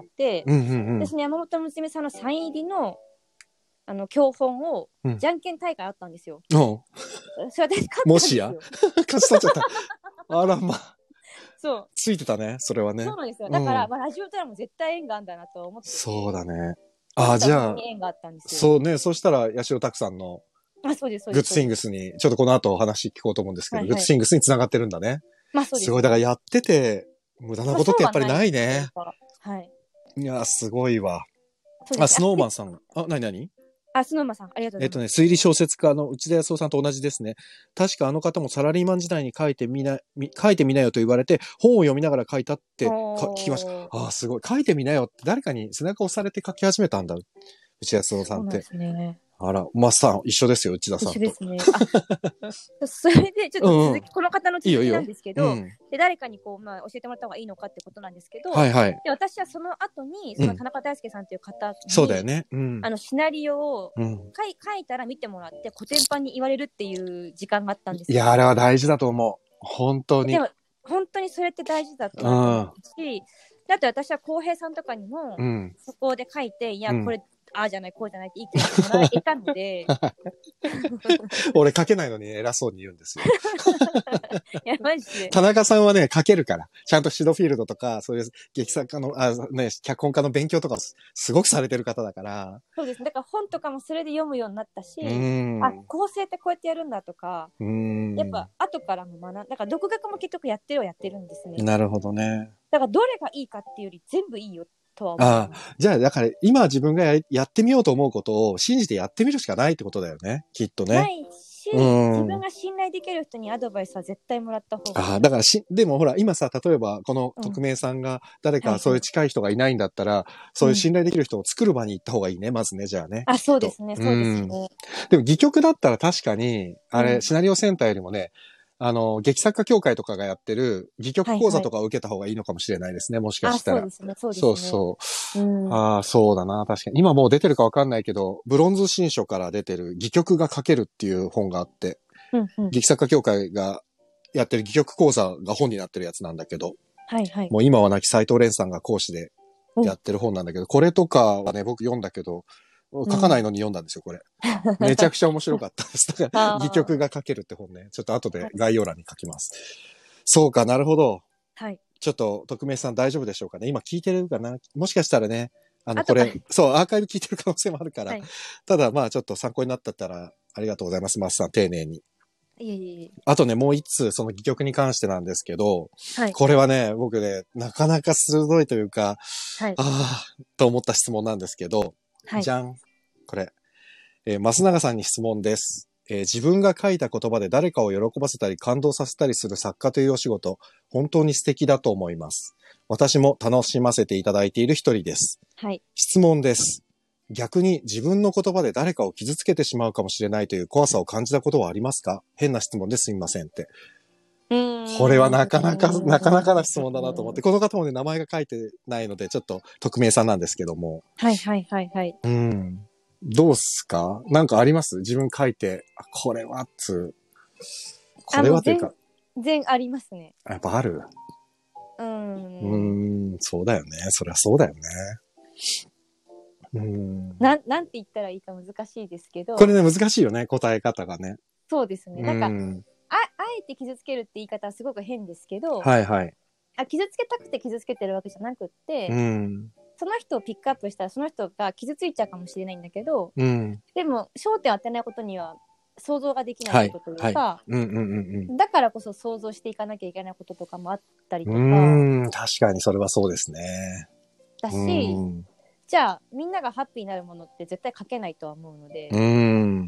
うんうんうん、で、その山本睦美さんのサイン入りの、あの、教本を、じゃんけん大会あったんですよ。うん、それ私勝ったんですよ。 もしや勝ち取っちゃった。あらまあ。 そう。 ついてたね、それはね。 そうなんですよ。だから、うん、まあ、ラジオドラマも絶対縁があるんだなと思ってて。 そうだね。ああ、じゃあ、 縁があったんですよ。 そうね、そしたら、八代拓さんの、 あ、そうです、そうです。グッドシングスに、ちょっとこの後お話聞こうと思うんですけど、はいはい、グッドシングスに繋がってるんだね。 まあそうです。 すごい、だからやってて、無駄なことってやっぱりないね。 はい。 いや、すごいわ。あ、スノーマンさん。あ、なになにあ、スノーマンさん、ありがとうございます。 えっとね、推理小説家の内田康夫さんと同じですね。確かあの方もサラリーマン時代に書いてみな、書いてみなよと言われて、本を読みながら書いたって聞きました。ああ、すごい。書いてみなよって誰かに背中を押されて書き始めたんだ。内田康夫さんって。そうですね。あら、マスさん、一緒ですよ、内田さんと。 一緒ですね。あそれで、ちょっと続き、うん、この方の続きなんですけど、いいよいいよ、うん、で誰かにこう、まあ、教えてもらった方がいいのかってことなんですけど、はいはい、で私はその後に、その田中大輔さんという方に、うん、 そうだよね。うん、 あの、シナリオを書い、うん、書いたら見てもらって、古典版に言われるっていう時間があったんですよ。 いや、あれは大事だと思う。本当に。 でも、本当にそれって大事だと思うし、だって私は浩平さんとかにも、そこで書いて、いや、これ、ああじゃない、こうじゃないって言ってもらえたので。 俺書けないのに偉そうに言うんですよ。 いや、マジで。 田中さんはね、書けるから。ちゃんとシドフィールドとか、そういう劇作家の、あ、ね、脚本家の勉強とかすごくされてる方だから。 そうですね。だから本とかもそれで読むようになったし、あ、構成ってこうやってやるんだとか、やっぱ後からも学んだ。だから独学も結局やってるはやってるんですね。 なるほどね。 だからどれがいいかっていうより全部いいよ。とは思う。 ああ、じゃあ、だから今自分が や, やってみようと思うことを信じてやってみるしかないってことだよね。きっとね。 ないし、うん、自分が信頼できる人にアドバイスは絶対もらった方がいい。 ああ、だからし、でもほら、今さ、例えばこの匿名さんが誰かそういう近い人がいないんだったら、うんはいはい、そういう信頼できる人を作る場に行った方がいいね、まずね、じゃあね。 あ、そうですね、そうですね。 でも戯曲だったら確かに、あれ、うん、シナリオセンターよりもね、あの、劇作家協会とかがやってる戯曲講座とかを受けた方がいいのかもしれないですね、はいはい、もしかしたら。 そうですね、そうですね。 そうそう。うん、ああ、そうだな、確かに。今もう出てるかわかんないけど、ブロンズ新書から出てる戯曲が書けるっていう本があって、うんうん、劇作家協会がやってる戯曲講座が本になってるやつなんだけど、 はいはい。 もう今は亡き斉藤蓮さんが講師でやってる本なんだけど、これとかはね、僕読んだけど、書かないのに読んだんですよ、これ。うん、めちゃくちゃ面白かったです。だから、戯曲が書けるって本ね。ちょっと後で概要欄に書きます。そうか、なるほど。 はい。 ちょっと、匿名さん大丈夫でしょうかね。今聞いてるかな。もしかしたらね、あの、これ、そう、アーカイブ聞いてる可能性もあるから。はい、ただ、まあ、ちょっと参考になったったら、ありがとうございます、マスさん、丁寧に。 いえいえ。 あとね、もう一通、その戯曲に関してなんですけど、はい、これはね、僕ね、なかなか鋭いというか、はい、ああ、と思った質問なんですけど、はい、じゃん。これ。えー、増永さんに質問です、えー。自分が書いた言葉で誰かを喜ばせたり感動させたりする作家というお仕事、本当に素敵だと思います。私も楽しませていただいている一人です。 はい、 質問です。逆に自分の言葉で誰かを傷つけてしまうかもしれないという怖さを感じたことはありますか？変な質問ですみませんって。 うーん。 これはなかなか、なかなかな質問だなと思って、この方もね、名前が書いてないので、ちょっと匿名さんなんですけども。 はいはいはいはい。 うん。どうっすか？なんかあります？自分書いて、あ、これはっつう。これはというか。 全然ありますね。 やっぱある？ うーん。うーん、そうだよね。そりゃそうだよね。うん。 な、なんて言ったらいいか難しいですけど。 これね、難しいよね、答え方がね。 そうですね。なんか、 うん、 あ、あえて傷つけるって言い方はすごく変ですけど、 はいはい。 あ、傷つけたくて傷つけてるわけじゃなくって、 うん、 その人をピックアップしたらその人が傷ついちゃうかもしれないんだけど、 うん。 でも焦点を当てないことには想像ができなはい、 いことというはい。 か、 うんうんうんだからこそ想像していかなきゃいけないこととかもあったりとうか、 ん。うーん、確かにそれはそうですね。 だうし、 ん。 じゃあみんながハッピーになるものって絶対書けないとは思うので、 うん。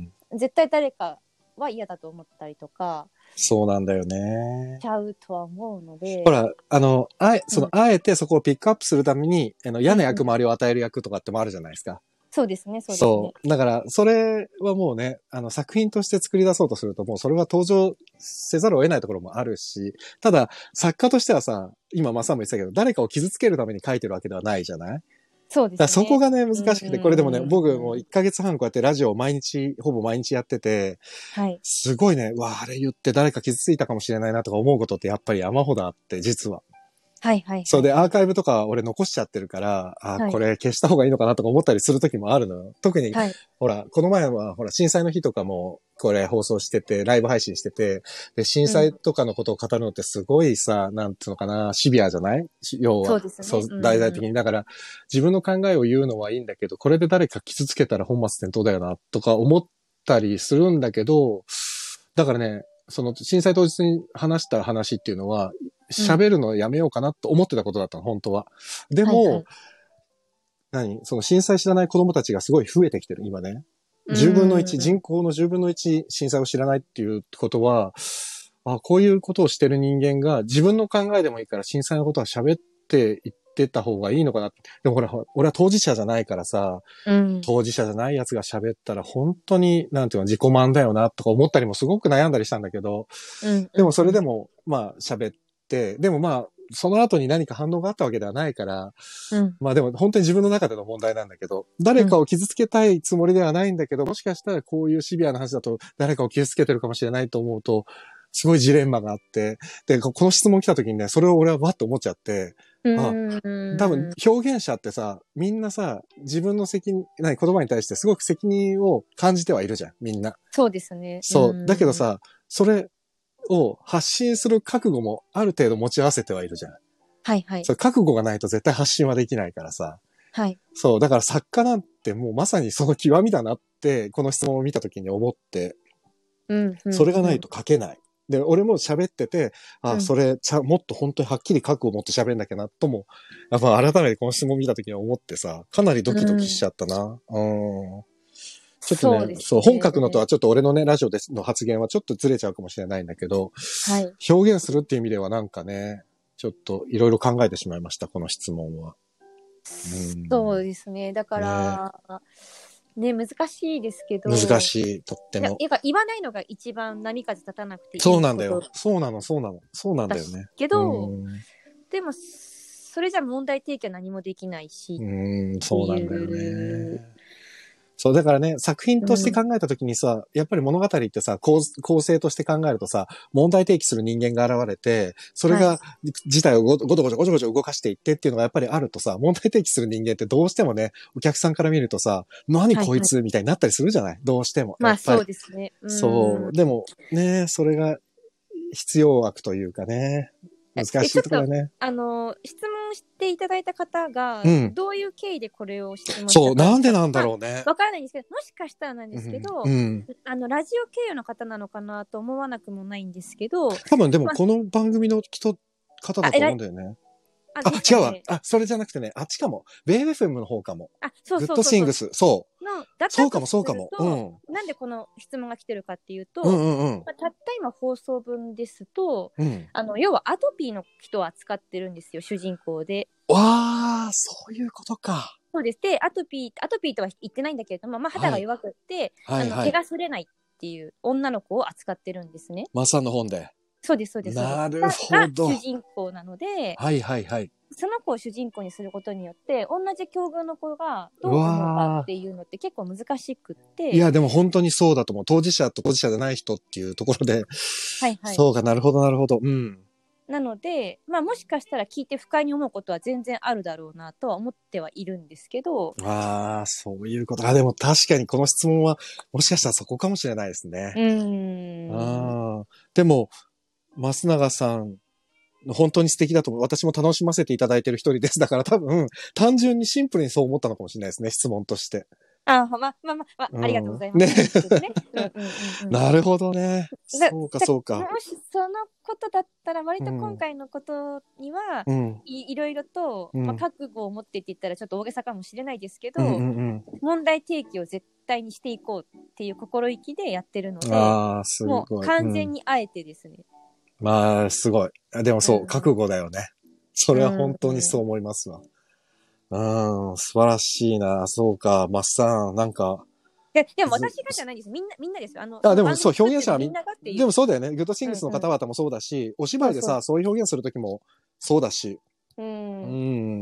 絶対誰かは嫌だと思ったりとかそうなんだよね。 ちゃうとは思うので、 ほら、あの、あえ、その、 うんあえてそこをピックアップするために、あの、嫌な役うんうん回りを与える役とかってもあるじゃないですか。 そうですね、そうですね。 そう。だから、それはもうね、あの、作品として作り出そうとすると、もうそれは登場せざるを得ないところもあるし、ただ、作家としてはさ、今、まさも言ってたけど、誰かを傷つけるために書いてるわけではないじゃない？ そうですね。 だからそこがね、難しくて、これでもね、 うん僕もういっかげつはんこうやってラジオを毎日、ほぼ毎日やってて、 はい。 すごいね、わあ、あれ言って誰か傷ついたかもしれないなとか思うことってやっぱり山ほどあって、実は。 はいはいはい。 そうで、アーカイブとか俺残しちゃってるから、あ、 はいこれ消した方がいいのかなとか思ったりする時もあるのよ。特に、 はい。 ほら、この前は、ほら、震災の日とかも、これ放送してて、ライブ配信してて、で、震災とかのことを語るのってすごいさ、なんていうのかな、シビアじゃない？要は、 そうですね。 そう、 うん題材的に。だから、自分の考えを言うのはいいんだけど、これで誰か傷つけたら本末転倒だよな、とか思ったりするんだけど、だからね、その震災当日に話した話っていうのは、喋るのやめようかなと思ってたことだったの、本当は。でも、 はいはい、 何その震災知らない子供たちがすごい増えてきてる、今ね。じゅうぶんのいち、人口のじゅうぶんのいち震災を知らないっていうことは、あ、こういうことをしてる人間が自分の考えでもいいから震災のことは喋っていってた方がいいのかな。でもほら、俺は当事者じゃないからさ、うん、当事者じゃないやつが喋ったら本当に、なんていうの、自己満だよなとか思ったりもすごく悩んだりしたんだけど、うん、でもそれでも、まあ喋って、でもまあ、その後に何か反応があったわけではないから、うん、まあでも本当に自分の中での問題なんだけど、誰かを傷つけたいつもりではないんだけど、もしかしたらこういうシビアな話だと誰かを傷つけてるかもしれないと思うと、すごいジレンマがあって、で、この質問来た時にね、それを俺はわっと思っちゃって、あ、多分表現者ってさ、みんなさ、自分の責任、何、言葉に対してすごく責任を感じてはいるじゃん、みんな。 そうですね。 そう。だけどさ、それ、を発信する覚悟もある程度持ち合わせてはいるじゃん。 はいはい。 そう、覚悟がないと絶対発信はできないからさ。 はい。 そう、だから作家なんてもうまさにその極みだなって、この質問を見たときに思って、うん、うん、それがないと書けない。で、俺も喋ってて、あ、うん、それ、ちゃ、もっと本当にはっきり覚悟を持って喋んなきゃな、とも、やっぱ改めてこの質問を見たときに思ってさ、かなりドキドキしちゃったな。うん。うんちょっとね、そうですね、そう、本書くのとはちょっと俺のね、ラジオでの発言はちょっとずれちゃうかもしれないんだけど、はい。表現するっていう意味ではなんかね、ちょっといろいろ考えてしまいました、この質問は。 うん、そうですね。だから、ね、ね難しいですけど。 難しい、とっても。 いや、言わないのが一番波風立たなくていいそうなんだよ。そうなの、そうなの。そうなんだよね。 けど、でも、それじゃ問題提起は何もできないし。 うん、そうなんだよね。そう、だからね、作品として考えたときにさ、うん、やっぱり物語ってさ構、構成として考えるとさ、問題提起する人間が現れて、それが事態をご、ごちょごちょごちょごちょ動かしていってっていうのがやっぱりあるとさ、問題提起する人間ってどうしてもね、お客さんから見るとさ、何こいつみたいになったりするじゃない？どうしても。 まあそうですね。 うん、そう。でもね、それが必要悪というかね。難しいところだね。 あの、質問していただいた方が、うん、どういう経緯でこれを質問したか、 そう、なんでなんだろうね。 わからないんですけど、もしかしたらなんですけど、うんうん、あの、ラジオ経由の方なのかなと思わなくもないんですけど。 多分でもこの番組の人、方だと思うんだよね。あ、あ、違うわ。あ、それじゃなくてね、あっちかも。ベイエフエムの方かも。 あ、そうそうそうそう。 グッドシングス。そう。 のだそうかも、そうかも。 うん。なんでこの質問が来てるかっていうと、 うんうんうんまあ、たった今放送分ですと、うん、あの、要はアトピーの人を扱ってるんですよ、主人公で。 わー、そういうことか。 そうです。で、アトピー、アトピーとは言ってないんだけれども、まあ、肌が弱くって、はい、あの、はいはい、毛が擦れないっていう女の子を扱ってるんですね。 マッサンの本で。 そうです、そうです。 なるほど。 が主人公なので、 はいはいはい。 その子を主人公にすることによって、同じ境遇の子がどう思うかっていうのって結構難しくって。 いや、でも本当にそうだと思う。当事者と当事者じゃない人っていうところで。 はいはい。 そうか、なるほどなるほど。うん。 なので、まあもしかしたら聞いて不快に思うことは全然あるだろうなとは思ってはいるんですけど。 ああ、そういうこと。あ、でも確かにこの質問は、もしかしたらそこかもしれないですね。 うーん。 ああ。でも、増永さん、本当に素敵だと思う。私も楽しませていただいている一人です。だから多分、単純にシンプルにそう思ったのかもしれないですね、質問として。 あ、まあまあまあ、まあ、 うん、 ありがとうございます。ね、ねうんうんうんうん、 なるほどね。そうかそうか。 もしそのことだったら、割と今回のことには、うん、い, いろいろと、うんまあ、覚悟を持ってって言ったらちょっと大げさかもしれないですけど、うんうんうん、問題提起を絶対にしていこうっていう心意気でやってるので、あすごいもう完全にあえてですね。 うん、まあ、すごい。でもそう、うん、覚悟だよね。それは本当にそう思いますわ。うん、うん、素晴らしいな。そうか、マッさん、なんか。 で, でも私がじゃないです。みんな、みんなですよ。あの、 あ、でもそう、表現者はみんな。 でもそうだよね。グッドシングスの方々もそうだし、うんうん、お芝居でさ、そうそう、そういう表現するときもそうだし。うん、うん。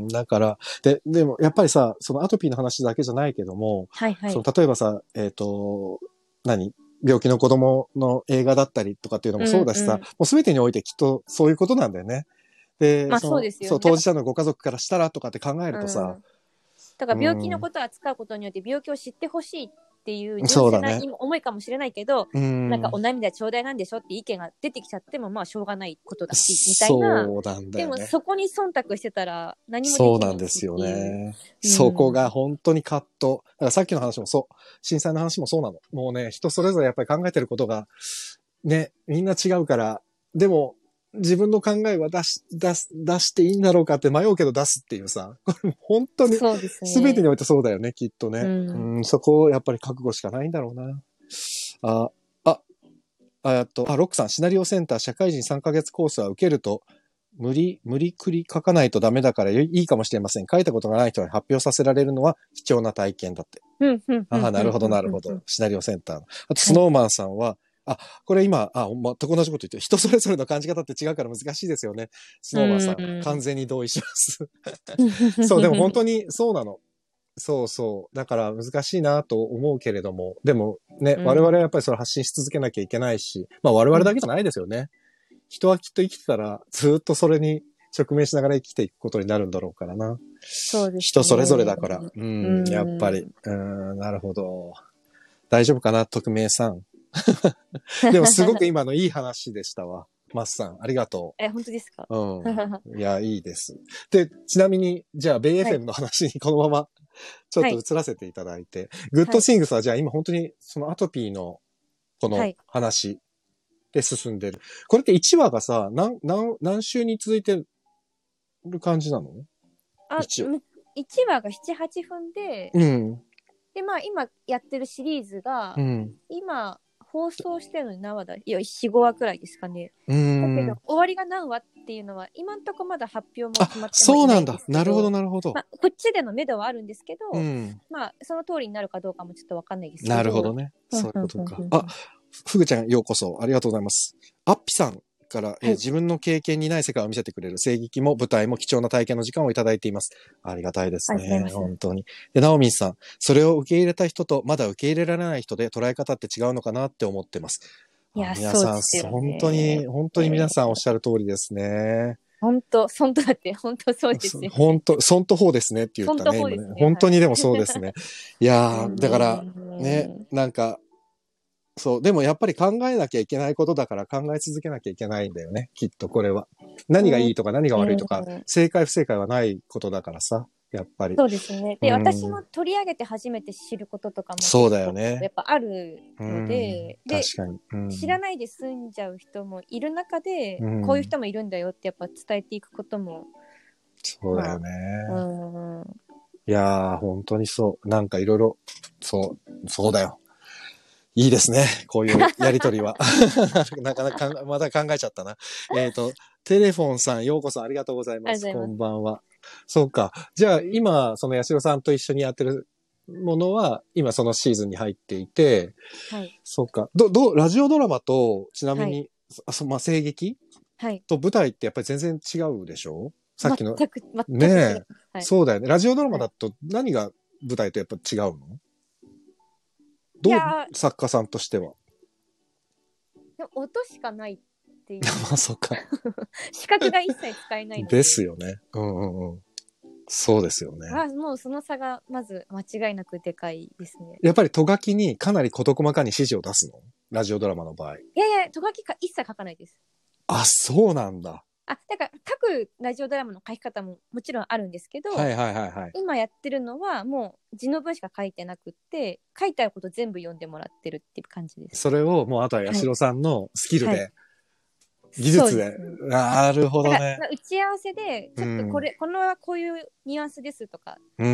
だから、で、でもやっぱりさ、そのアトピーの話だけじゃないけども、はいはい、その例えばさ、えっ、ー、と、何病気の子供の映画だったりとかっていうのもそうだしさ、うんうん、もうすべてにおいてきっとそういうことなんだよね。で、まあ、そうですよね。そう、当事者のご家族からしたらとかって考えるとさ、うん、 だから病気のことを扱うことによって病気を知ってほしいっていう純粋な思いかもしれないけど、ね、なんかお涙ちょうだいなんでしょって意見が出てきちゃってもまあしょうがないことだしみたいな。そうなんだよね。でもそこに忖度してたら何もできない。 そうなんですよね。うん、そこが本当に葛藤。だからさっきの話もそう、震災の話もそうなの。もうね、人それぞれやっぱり考えてることがね、みんな違うから、でも自分の考えは出し、出す、出していいんだろうかって迷うけど出すっていうさ、これ本当に全てにおいてそうだよね、きっとね。うん、うん、そこをやっぱり覚悟しかないんだろうな。あ、あ、あと、あ、ロックさん、シナリオセンター社会人さんかげつコースは受けると、無理、無理くり書かないとダメだからいいかもしれません。書いたことがない人に発表させられるのは貴重な体験だって。ああ、なるほど、なるほど。シナリオセンター。あと、スノーマンさんは、はいあ、これ今、あ、全く同じこと言ってる。人それぞれの感じ方って違うから難しいですよね。スノーマンさん、完全に同意します。そう、でも本当にそうなの。そうそう。だから難しいなと思うけれども、でもね、うん、我々はやっぱりそれ発信し続けなきゃいけないし、まあ我々だけじゃないですよね。うん、人はきっと生きてたらずっとそれに直面しながら生きていくことになるんだろうからな。そうですね。人それぞれだから。うん、やっぱり。うん、なるほど。大丈夫かな、匿名さん。でもすごく今のいい話でしたわ。マスさん、ありがとう。え、本当ですか？ うん。いや、いいです。で、ちなみに、じゃあ、ベイ エフエム の話にこのまま、ちょっと移らせていただいて、はい、グッドシングスはじゃあ今本当にそのアトピーのこの話で進んでる。これっていちわがさ、何、何、何週に続いてる感じなの？ あ、いちわ。いちわがなな、はちふんで、うん。で、まあ今やってるシリーズが、うん、今、放送してるのに何話だいや、よん、ごわくらいですかね。だけど、終わりが何話っていうのは、今んとこまだ発表も決まってもいないんですけど。そうなんだ。 なるほど、なるほど。 まあ、こっちでの目処はあるんですけど、うん、まあ、その通りになるかどうかもちょっとわかんないですけど。 なるほどね。そういうことか。あ、ふぐちゃんようこそ。ありがとうございます。あっぴさんから、えーはい、自分の経験にない世界を見せてくれる声劇も舞台も貴重な体験の時間をいただいています。ありがたいですね。本当に。で、ナオミンさん、それを受け入れた人とまだ受け入れられない人で捉え方って違うのかなって思ってます。いや、皆さん、ね、本当に、本当に皆さんおっしゃる通りですね。 本当、本当だって、本当そうですね。 本当、そんと方ですねって言ったね、今ね。本当にでもそうですね。いやー、だから、ね、なんか、そう、でもやっぱり考えなきゃいけないことだから考え続けなきゃいけないんだよね、きっとこれは。何がいいとか何が悪いとか、正解不正解はないことだからさ。やっぱり。 そうですね。で、うん、私も取り上げて初めて知ることとかもそうだよね。 やっぱあるので、 で、確かに、 うん、知らないで済んじゃう人もいる中で、うん、こういう人もいるんだよってやっぱ伝えていくことも。 そうだよね。まあ、うん、いやー、本当にそう。なんかいろいろ、そう、そうだよ。いいですね。こういうやりとりは。なかなか、また考えちゃったな。えっと、テレフォンさん、ようこそありがとうございます。こんばんは。そうか。じゃあ、今、その八代さんと一緒にやってるものは、今そのシーズンに入っていて、はい。そうか。ど、ど、ラジオドラマと、ちなみに、 あそまあ、声劇はい。 と舞台ってやっぱり全然違うでしょさっきの。 全く、全く違う。 ねえ、 はい、 そうだよね。ラジオドラマだと何が舞台とやっぱ違うの、どう、 いや作家さんとしては。 でも音しかないっていう。 まあ、そうか。 視覚が一切使えないので。 ですよね。うんうんうん。そうですよね。 あ、もうその差がまず間違いなくでかいですね。 やっぱりト書きにかなり事細かに指示を出すの？ラジオドラマの場合。 いやいや、とがきか一切書かないです。 あ、そうなんだ。 あ、だから各ラジオドラマの書き方ももちろんあるんですけど、 はいはいはいはい。 今やってるのはもう字の文しか書いてなくって、書いてあること全部読んでもらってるっていう感じです。 それをもうあとは八代さんのスキルで、 はいはい、 技術で。 でね、 なるほどね。 打ち合わせで、ちょっとこれ、うん、このはこういうニュアンスですとか、 うん、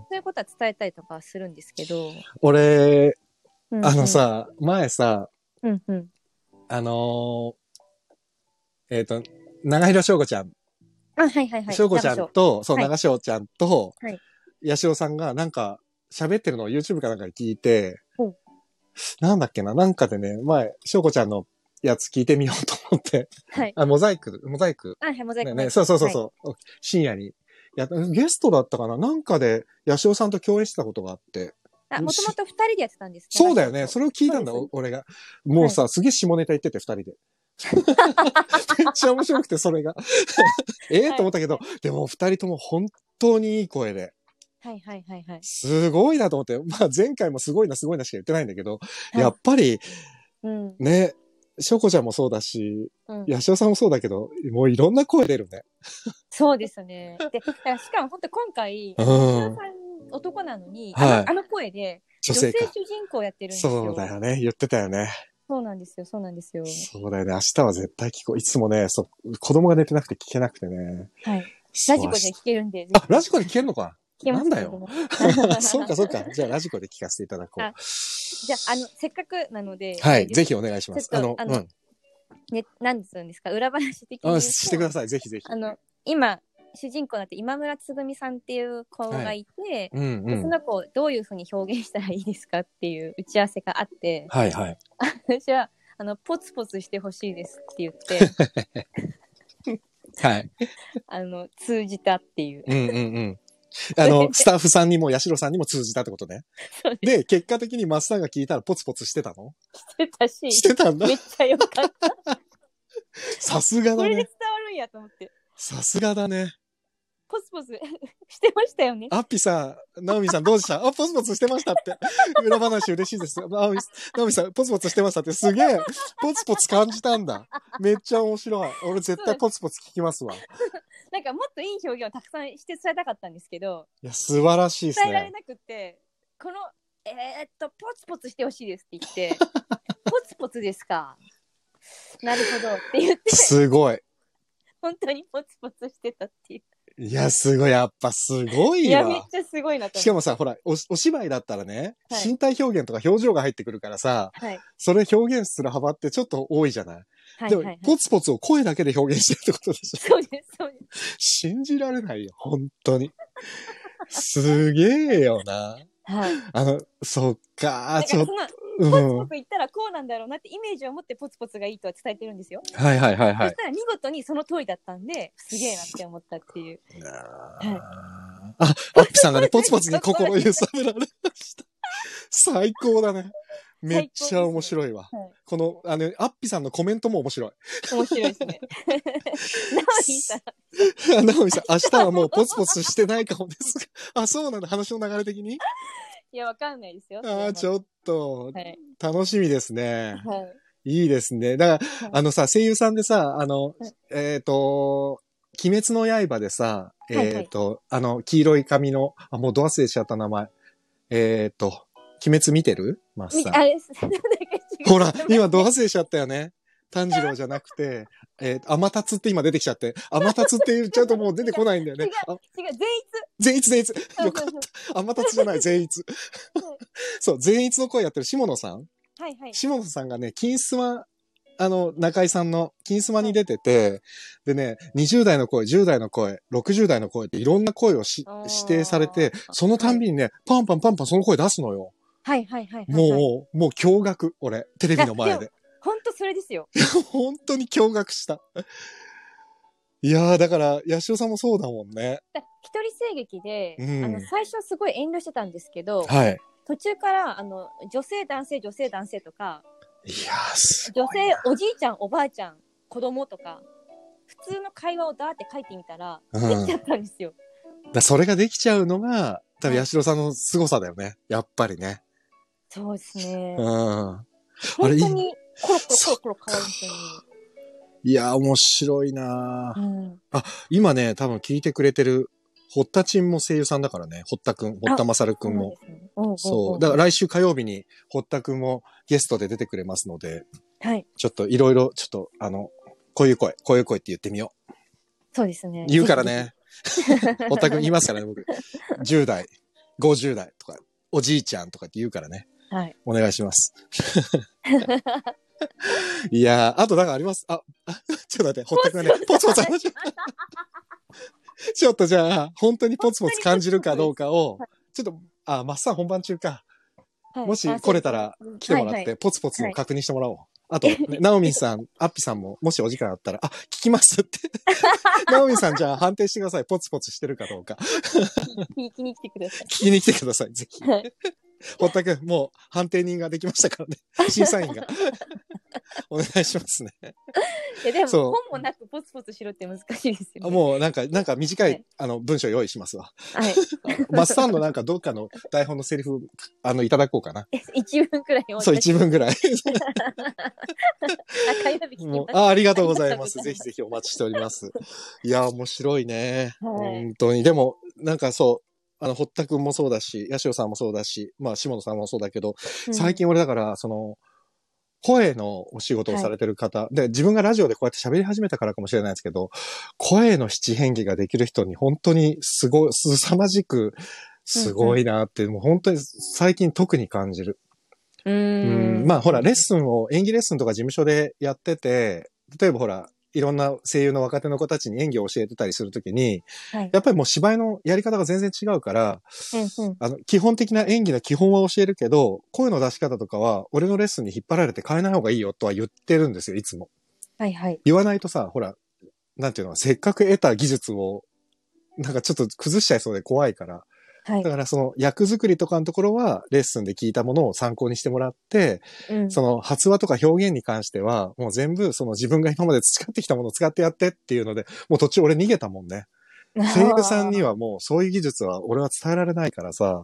そういうことは伝えたりとかするんですけど。 俺、うんうん、あのさ、前さ、 うんうん、 あのー、えっ、ー、と、長広翔子ちゃん。 あ、はいはいはい。 翔子ちゃんと、そう、 はい、 長翔ちゃんと、 はい、 八代さんがなんか喋ってるのを YouTube かなんかで聞いて、 うん、 なんだっけな、なんかでね、前、翔子ちゃんのやつ聞いてみようと思って。 はい。 あ、モザイク、モザイク。 あ、はい、モザイク。 ね、ね、そうそうそうそう、はい、深夜に。や、ゲストだったかななんかで、八代さんと共演してたことがあって。 あ、もともと二人でやってたんです。 そうだよね。それを聞いたんだ、俺が。もうさ、はい、すげえ下ネタ言ってて、二人で。めっちゃ面白くて、それが。ええと思ったけど、はい、でも二人とも本当にいい声で。 はいはいはいはい。 すごいなと思って。まあ前回もすごいなすごいなしか言ってないんだけど、はい、やっぱり、うん、ね、しょこちゃんもそうだし、うん、八代さんもそうだけど、もういろんな声出るね。 そうですね。で、しかも本当今回、八代さん男なのに、はい、あの、あの声で、女性主人公やってるんですよ。 そうだよね。言ってたよね。 そうなんですよ、そうなんですよ。 そうだよね。明日は絶対聞こう。いつもね、そう、子供が寝てなくて聞けなくてね。 はい。ラジコで聞けるんで。 あ、ラジコで聞けるのか。 聞けます、 なんだよ。そうか、そうか。じゃあラジコで聞かせていただこう。 じゃあ、あの、せっかくなので。 はい、ぜひお願いします。あの、 あの、うん、ね、なんですんですか、裏話的に。 あ、してください、ぜひぜひ。 あの、今、主人公だって今村つぐみさんっていう子がいて、はい、うんうん、その子をどういうふうに表現したらいいですかっていう打ち合わせがあって、 はいはい。 私は、あの、ポツポツしてほしいですって言って、 はい。 あの、通じたっていう。 うんうんうん。あの、スタッフさんにも、八代さんにも通じたってことね。 そうです。 で、結果的にマスターが聞いたらポツポツしてたの？ してたし。 してたんだ。 めっちゃよかった。 さすがだね。 これで伝わるんやと思って。 さすがだね。 ポツポツしてましたよね。 アッピさん、ナオミさんどうでしたあ、ポツポツしてましたって。裏話嬉しいです。ナオミ、ナオミさん、ポツポツしてましたって。すげえ、ポツポツ感じたんだ。めっちゃ面白い。俺絶対ポツポツ聞きますわ。 なんかもっといい表現をたくさんして伝えたかったんですけど。 いや、素晴らしいですね。 伝えられなくて、この、えー、っと、ポツポツしてほしいですって言って、ポツポツですか。なるほどって言って。 すごい。 本当にポツポツしてたっていう。 いや、すごい。やっぱすごいわ。いや、めっちゃすごいなと思って。 しかもさ、ほら、お、お芝居だったらね、はい、身体表現とか表情が入ってくるからさ、 はい、 それ表現する幅ってちょっと多いじゃない。はい、でも、はいはい、ポツポツを声だけで表現してるってことでしょ。 そうです、そうです。 信じられないよ、本当に。すげえよな。 はい。 あの、そっか、ちょっと。 ポツポツ言ったらこうなんだろうなってイメージを持ってポツポツがいいとは伝えてるんですよ。 はいはいはいはい。 そしたら見事にその通りだったんで、すげえなって思ったっていう。 はい、あ、アッピさんがね、ポツポツに心揺さぶられました。最高だね。めっちゃ面白いわ。はい、この、あの、アッピさんのコメントも面白い。 面白いですね。ナオミさん。 ナオミさん、明日はもうポツポツしてないかもですが。あ、そうなんだ。話の流れ的にいや、わかんないですよ。 ああ、ちょっと、はい、楽しみですね。はい。いいですね。だから、はい、あのさ、声優さんでさ、あの、はい、えっ、ー、と、鬼滅の刃でさ、えっ、ー、と、はいはい、あの、黄色い髪の、あ、もうド忘れしちゃった名前。えっ、ー、と、鬼滅見てるマスさん。 あれほら、今ド忘れしちゃったよね。炭治郎じゃなくて、えー、天達って今出てきちゃって、天達って言っちゃうともう出てこないんだよね。 違う、違う、 善逸。善逸、善逸。よかった。天達じゃない、善逸。そう、善逸の声やってる下野さん。 はいはい。 下野さんがね、金スマ、あの、中井さんの金スマに出てて、はい、でね、にじゅう代の声、じゅう代の声、ろくじゅう代の声っていろんな声をし指定されて、そのたんびにね、はい、パンパンパンパンその声出すのよ。 はいはいはい、はい。 もう、もう驚愕、俺、テレビの前で。 ほんとそれですよ。 本当に驚愕した。いやー、だから、八代さんもそうだもんね。 一人声劇で、 うん、 あの最初すごい遠慮してたんですけど、 はい。 途中からあの女性男性女性男性とか、 いやーすごい女性おじいちゃんおばあちゃん子供とか普通の会話をダーって書いてみたら、うん、できちゃったんですよ。 だそれができちゃうのが多分八代さんの凄さだよね、やっぱりね。 そうですね。 うん。 本当にコロコロコロコロ変わるんですよね。 いやー面白いなー、 うん、 あ、今ね多分聞いてくれてる堀田ちんも声優さんだからね。堀田くん、堀田勝くんも。そう、ねうんうんうん、そう。だから来週火曜日に堀田くんもゲストで出てくれますので、 はい。 ちょっといろいろ、ちょっとあの、こういう声、こういう声って言ってみよう。 そうですね。 言うからね。堀田くん言いますからね、僕。じゅう代、ごじゅう代とか、おじいちゃんとかって言うからね。 はい。 お願いします。いやー、あとなんかあります。あ、あちょっと待って、堀田くんがね、ポツポツ話しちょっとじゃあ、本当にポツポツ感じるかどうかを、ちょっと、あ、マッサン本番中か。はい、もし来れたら来てもらって、ポツポツを確認してもらおう。はいはい、あと、ね、ナオミンさん、アッピさんも、もしお時間あったら、あ、聞きますって。ナオミンさん、じゃあ判定してください。ポツポツしてるかどうか。 聞きに来てください。 聞きに来てください、ぜひ。はい、堀田くん、もう判定人ができましたからね。審査員が。お願いしますね。 いやでも本もなくポツポツしろって難しいですよね。 もうなんか、なんか短い、はい、あの文章用意しますわ。 はい。 マスタンのなんかどっかの台本のセリフ、あの、いただこうかな。 一文くらい。 そう、一文くらい。 もうあ, ありがとうございます。ぜひぜひお待ちしております。いや、面白いね。はい、本当に。でも、なんかそう、あの、堀田くんもそうだし、八代さんもそうだし、まあ、下野さんもそうだけど、うん、最近俺だから、その、声のお仕事をされてる方、はい、で、自分がラジオでこうやって喋り始めたからかもしれないですけど、声の七変化ができる人に本当にすごい、凄まじく、すごいなって、うんうん、もう本当に最近特に感じる。 うーん。 うんまあほら、レッスンを、演技レッスンとか事務所でやってて、例えばほら、いろんな声優の若手の子たちに演技を教えてたりするときに、はい、やっぱりもう芝居のやり方が全然違うから、うんうん、あの基本的な演技の基本は教えるけど、声の出し方とかは俺のレッスンに引っ張られて変えない方がいいよとは言ってるんですよ、いつも。 はいはい。 言わないとさ、ほら、なんていうの、せっかく得た技術を、なんかちょっと崩しちゃいそうで怖いから、はい、だからその役作りとかのところはレッスンで聞いたものを参考にしてもらって、うん、その発話とか表現に関してはもう全部その自分が今まで培ってきたものを使ってやってっていうので、もう途中俺逃げたもんね。声優さんにはもうそういう技術は俺は伝えられないからさ、はい、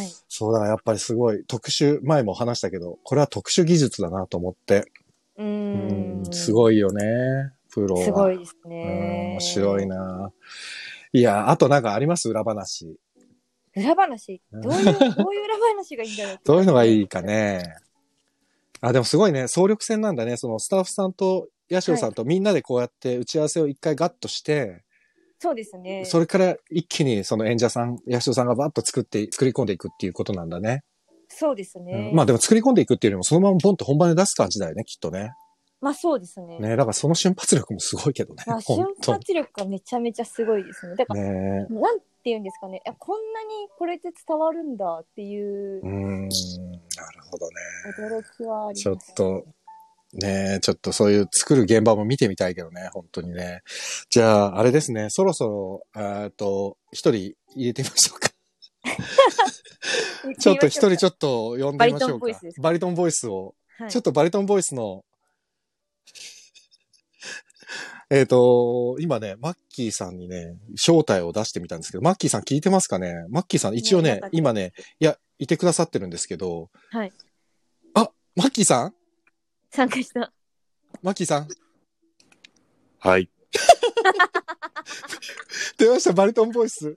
そうだからやっぱりすごい特殊、前も話したけど、これは特殊技術だなと思って。うーん、すごいよね、プロは。 すごいですね。 面白いな。いや、あとなんかあります？裏話。 裏話どういう、どういう裏話がいいんだろうどういうのがいいかね。あ、でもすごいね、総力戦なんだね。そのスタッフさんと八代さんとみんなでこうやって打ち合わせを一回ガッとして、はい、 そうですね。 それから一気にその演者さん、八代さんがバッと作って、作り込んでいくっていうことなんだね。 そうですね。 うん、まあでも作り込んでいくっていうよりもそのままボンと本番で出す感じだよね、きっとね。 まあそうですね。 ね、だからその瞬発力もすごいけどね。 まあ、瞬発力がめちゃめちゃすごいですね。だから、ね、なんて言うんですかね。こんなにこれで伝わるんだっていう。 うーん、なるほどね。 驚きはあります、ね。 ちょっと、ねちょっとそういう作る現場も見てみたいけどね、本当にね。じゃあ、あれですね、そろそろ、えっと、一人入れてみましょうか。ちょっと一人ちょっと呼んでみましょうか。バリトンボイスを。はい、ちょっとバリトンボイスの、えっと、今ね、マッキーさんにね、招待を出してみたんですけど、マッキーさん聞いてますかね？マッキーさん一応ね、今ね、いや、いてくださってるんですけど、 はい。 あ、マッキーさん？ 参加した。 マッキーさん。 はい。出ました、バリトンボイス。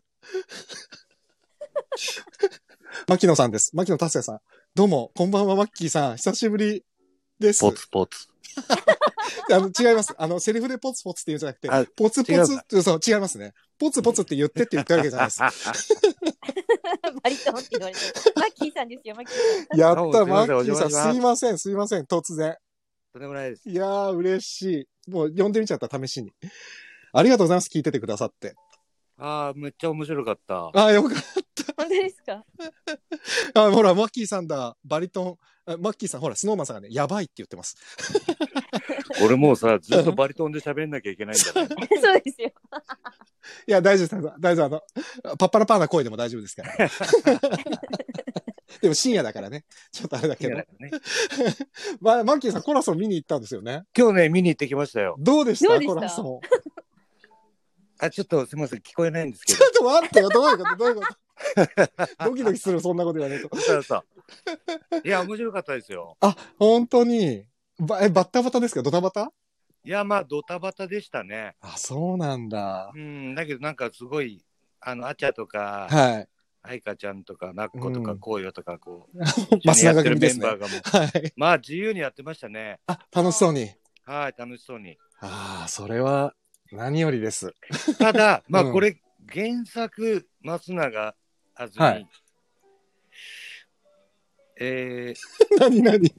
牧野さんです。牧野達也さん。どうも、こんばんは、マッキーさん。久しぶりです。 ポツポツ。 あの、違います。あの、セリフでポツポツって言うんじゃなくて、ポツポツって、そう、違いますね。ポツポツって言ってって言ったわけじゃないです。 バリトンって言われてる。マッキーさんですよ、マッキーさん。 やった、マッキーさん。すいません、すいません、突然。 とんでもないです。 いやー、嬉しい。もう、呼んでみちゃった、試しに。ありがとうございます、聞いててくださって。 ああ、めっちゃ面白かった。 ああ、よかっ本当ですか？ た。あ、ほら、マッキーさんだ。バリトン。あマッキーさん、ほら、スノーマンさんがね、やばいって言ってます。 俺もうさ、ずっとバリトンで喋んなきゃいけないんだね。 そうですよ。 いや、大丈夫です。大丈夫。あの、パッパラパーな声でも大丈夫ですから。でも深夜だからね。ちょっとあれだけど。 ね、 ま、マッキーさん、コラソン見に行ったんですよね。 今日ね、見に行ってきましたよ。 どうでしたどうでしたコラソン。 あ、ちょっとすみません、聞こえないんですけど。 ちょっと待ってよ。どういうことどういうことドキドキする、そんなこと言わないと。 そうそう。いや、面白かったですよ。 あ、本当に。ば、え、バッタバタですか？ドタバタ？ いや、まあ、ドタバタでしたね。 あ、そうなんだ。 うん、だけどなんかすごい、あの、あちゃとか、 はい。 あいかちゃんとか、なっことか、 うんこうよとか、こう、 マスナやってるメガ組ですね。 ンバーがもう、 はい。 まあ、自由にやってましたね。 あ、楽しそうに。 はい、楽しそうに。 ああ、それは何よりです。 ただ、まあ、 うんこれ、原作、増永あずみ、 はいえー、 何何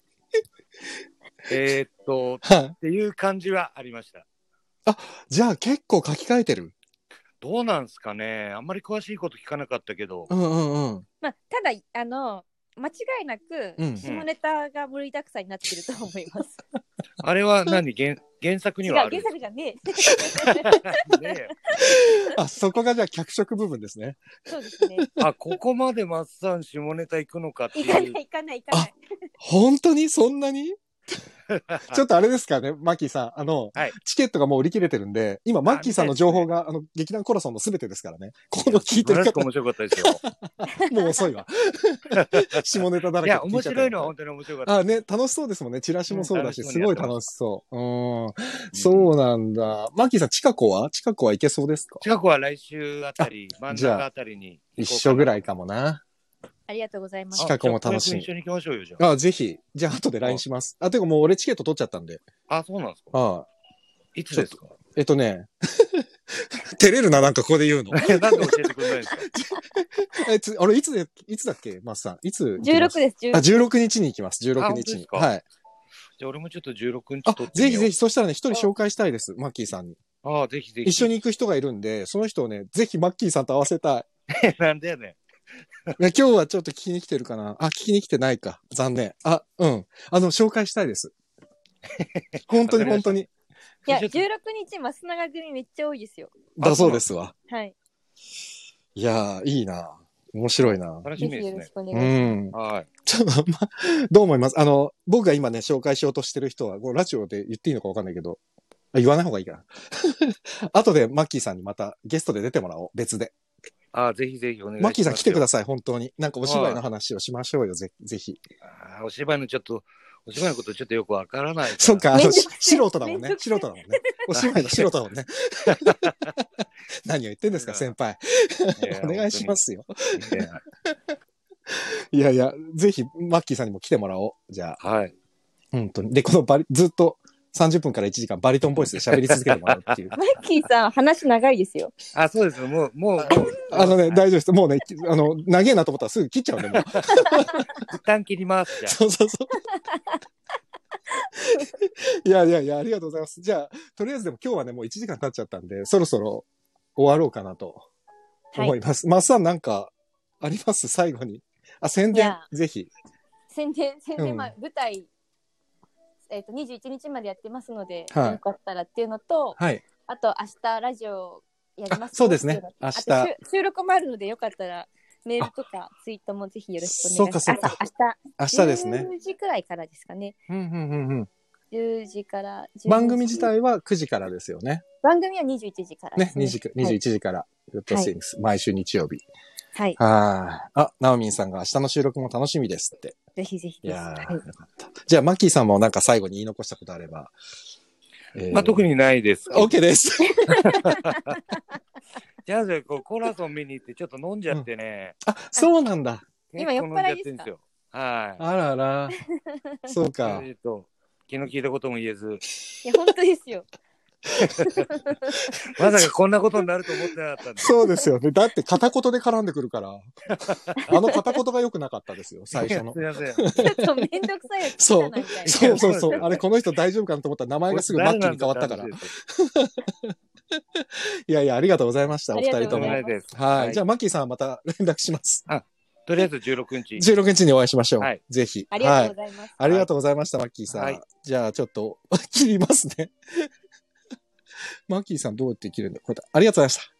えーっと、 はい。 っていう感じはありました。 じゃあ結構書き換えてる。 どうなんすかね。あんまり詳しいこと聞かなかったけど。 うんうんうん。 まあ、ただ、あの、間違いなく、 うん下ネタが盛りだくさんになってると思います。 あれは何原原作に違う、 はある原作じゃねえ。 ねあ、そこがじゃあ脚色部分ですね。 そうですね。 えあ、ここまでマッサン下ネタ行くのかって行かない、 いう。 行かない、行かない。 本当にそんなにちょっとあれですかね、マッキーさん。あの、 はいチケットがもう売り切れてるんで、今、マッキーさんの情報が、あの、劇団コラソンの全てですからね。この聞いてる方、 素晴らしく面白かったですよ。 もう遅いわ。下ネタだらけいや、面白いのはは。 本当に面白かった。 あ、ね、楽しそうですもんね。チラシもそうだし、 うんすごい楽しそう。うん。そうなんだ。マッキーさん、チカ子はチカ子は行けそうですか？ 近くは来週あたり、真んじゃあ中あたりに一緒ぐらい。 いかもな。 ありがとうございます。 近くも楽しみ一緒に行きましょうよ、じゃあ。 あ、ぜひ。じゃあ、後で ライン します。あ、てかもう俺チケット取っちゃったんで。 あ、そうなんですか。 ああ。 いつですか。 えっとね、照れるな、なんかここで言うの。 なんで教えてくれないんですか。 え、つ、あれ、いつで、いつだっけマスさん。いつじゅうろくです、 あ、じゅうろくにちに行きます。じゅうろくにちに。 あ本当ですかはい。 じゃあ俺もちょっとじゅうろくにちあ取っ、てみよう。 ぜひぜひ、そしたらね、一人紹介したいです。マッキーさんに。 ああ、ぜひぜひ。 一緒に行く人がいるんで、その人をね、ぜひマッキーさんと合わせたい。 なんでやねん。 ね今日はちょっと聞きに来てるかなあ、聞きに来てないか。残念。あ、うん。あの、紹介したいです。本当に本当に。 いや、じゅうろくにち、増永組めっちゃ多いですよ。 だそうですわ。 はい。 いやー、いいな。面白いな。 楽しぜみですね。 ひよろしくお願ういします。 ん。 はい。 ちょっと、ま、どう思いますあの、僕が今ね、紹介しようとしてる人は、こうラジオで言っていいのかわかんないけど、あ言わない方がいいかな。後でマッキーさんにまたゲストで出てもらおう。別で。 ああ、ぜひぜひお願いします。 マッキーさん来てくだささい、本当に。なんかお芝居の話をしましょうよ、ぜぜひ。 い。ああ、お芝居のちょっと、お芝居のことちょっとよくわからないから。 そっか、あの、しめんどくさい素人だもんね。 めんどくさい素人だもんね。お芝居の素人だもんね。何を言ってんですか、先輩。 いやお願いしますよ。 本当に。いやいやいや、ぜひ、マッキーさんにも来てもらおう。じゃあ、 はい。 本当に。で、このバリ、ずっとさんじゅっぷんからいちじかんバリトンボイスで喋り続けてもらうっていう。 マッキーさん、話長いですよ。 あ、そうです。もう、もう、もう、 あのね、大丈夫です。もうね、あの、長えなと思ったらすぐ切っちゃうんで、もう。 一旦切ります。じゃそうそうそう。いやいやいや、ありがとうございます。じゃあ、とりあえずでも今日はね、もういちじかん経っちゃったんで、そろそろ終わろうかなとはい。 思います。マッサンなんかあります最後に。あ、宣伝いや、 ぜひ。 宣伝、宣伝、 うんまあ、舞台、えっと、にじゅういちにちまでやってますので、 はいよかったらっていうのと、 はい。 あと、明日ラジオやりますよあそうですねっていうの明日あと収収録もあるので、よかったら、メールとかツイートもぜひよろしくお願いします。 そうかそうか朝明日明日、 ですね。 じゅうじくらいからですかね。 うんうんうんうん。 じゅうじからじゅうにじ。 番組自体はくじからですよね。 番組はにじゅういちじからでね、 すね。 にじにじゅういちじから、グッドシングス、毎週日曜日。 はい。 はい。あ、ナオミンさんが明日の収録も楽しみですって。 ぜひぜひです。 いやー、 はいよかった。じゃあ、マッキーさんもなんか最後に言い残したことあれば。えあ。まあ、特。にないです。 OK です。 じゃあ、じゃあこうコーラソン見に行って、ちょっと飲んじゃってね。 あ、そうなんだ。 今酔っ払いですか？ 結構飲んじゃってんよ。はい。 あらら。そうか。 えっと、気の利いたことも言えず、 いや、本当ですよ。 まさかこんなことになると思ってなかったんで。 そうですよね。だって片言で絡んでくるから。あの片言が良くなかったですよ、最初のす。いません。 ちょっとめんどくさいやつそう来たなみたいな。 そうそうそう。あれ、この人大丈夫かなと思ったら名前がすぐマッキーに変わったから。 誰なんだって話ですよ。 いやいや、ありがとうございました、お二人とも。 ありがとうございです。 はい。 はいじゃあ、マッキーさんはまた連絡します。 とりあえずじゅうろくにち。 じゅうろくにちにお会いしましょう。 はい。 ぜひ。 ありがとうごはい。 ざいます。 ありがとうございました、マッキーさん。 はいじゃあ、ちょっと、切りますね。マッキーさんどうやって切るんだこうやってありがとうございました。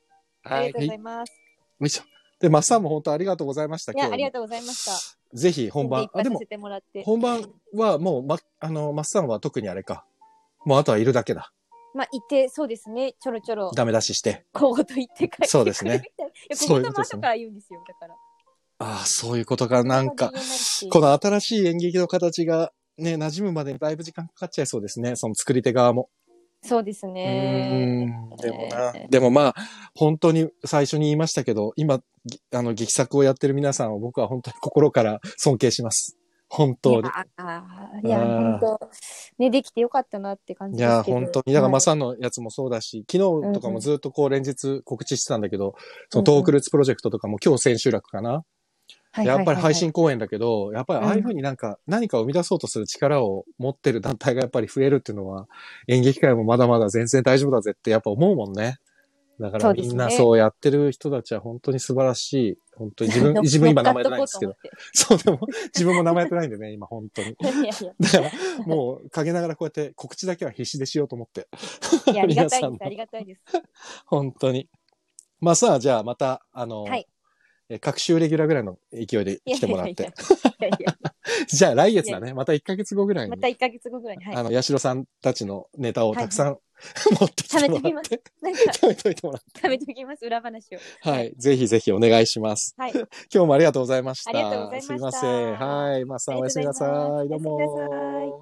ありがとうございます。 よいしょ。で、マッサンも本当ありがとうございました。 いや、 今日ありがとうございました。 ぜひ本番。あ、でもあでも、、 本番はもう、ま、あの、マッサンは特にあれか。もうあとはいるだけだ。 まあ、いて、そうですね。ちょろちょろ。 ダメ出しして。 小言言って帰ってくる。 そうですね。 いや、小言も後から言うんですよ。だから。 ああ、そういうことか。なんか、 言えないしこの新しい演劇の形がね、馴染むまでにだいぶ時間かかっちゃいそうですね。その作り手側も。 そうですうね。 ーん。でもな、でもまあ、本当に最初に言いましたけど、今、ぎあの、劇作をやってる皆さんを僕は本当に心から尊敬します。本当に。 いや、あーいや本当、ね、できてよかったなって感じいや、 ですけど。 本当に。だから、マはいサンのやつもそうだし、昨日とかもずっとこう連日告知してたんだけど、そのトークルーツプロジェクトとかも今日千秋楽かな。 はいやっぱり配信はい公演だけど、やっぱりああいうふうになんか何かを生み出そうとする力を持ってる団体がやっぱり増えるっていうのは、演劇界もまだまだ全然大丈夫だぜってやっぱ思うもんね。だからみんなそうやってる人たちは本当に素晴らしい。本当に自分、 はい自分今名前やってないんですけど。 乗っかっとこそうでも、自分も名前やってないんでね、今本当に。 うと思っていやいだから、もう陰ながらこうやって告知だけは必死でしようと思って。 や、いや、ありがたい皆さんのです。ありがたいです。 本当に。まあさあ、じゃあまた、あの、 はいえ各週レギュラーぐらいの勢いで来てもらって。 いやいやいやいやじゃあ来月だね。またいっかげつごぐらいに。 またいっかげつごぐらいに。はい。 あの、八代さんたちのネタをたくさん、 は持ってき貯てもめときますらって。。 なんか、 貯めといてもらって。 貯めときます。裏話を。 はい。ぜひぜひお願いします。 はい。 今日もありがとうございました。 ありがとうございましたすいません。はい。まあさんおやすみなさい。どうありがとうございますも。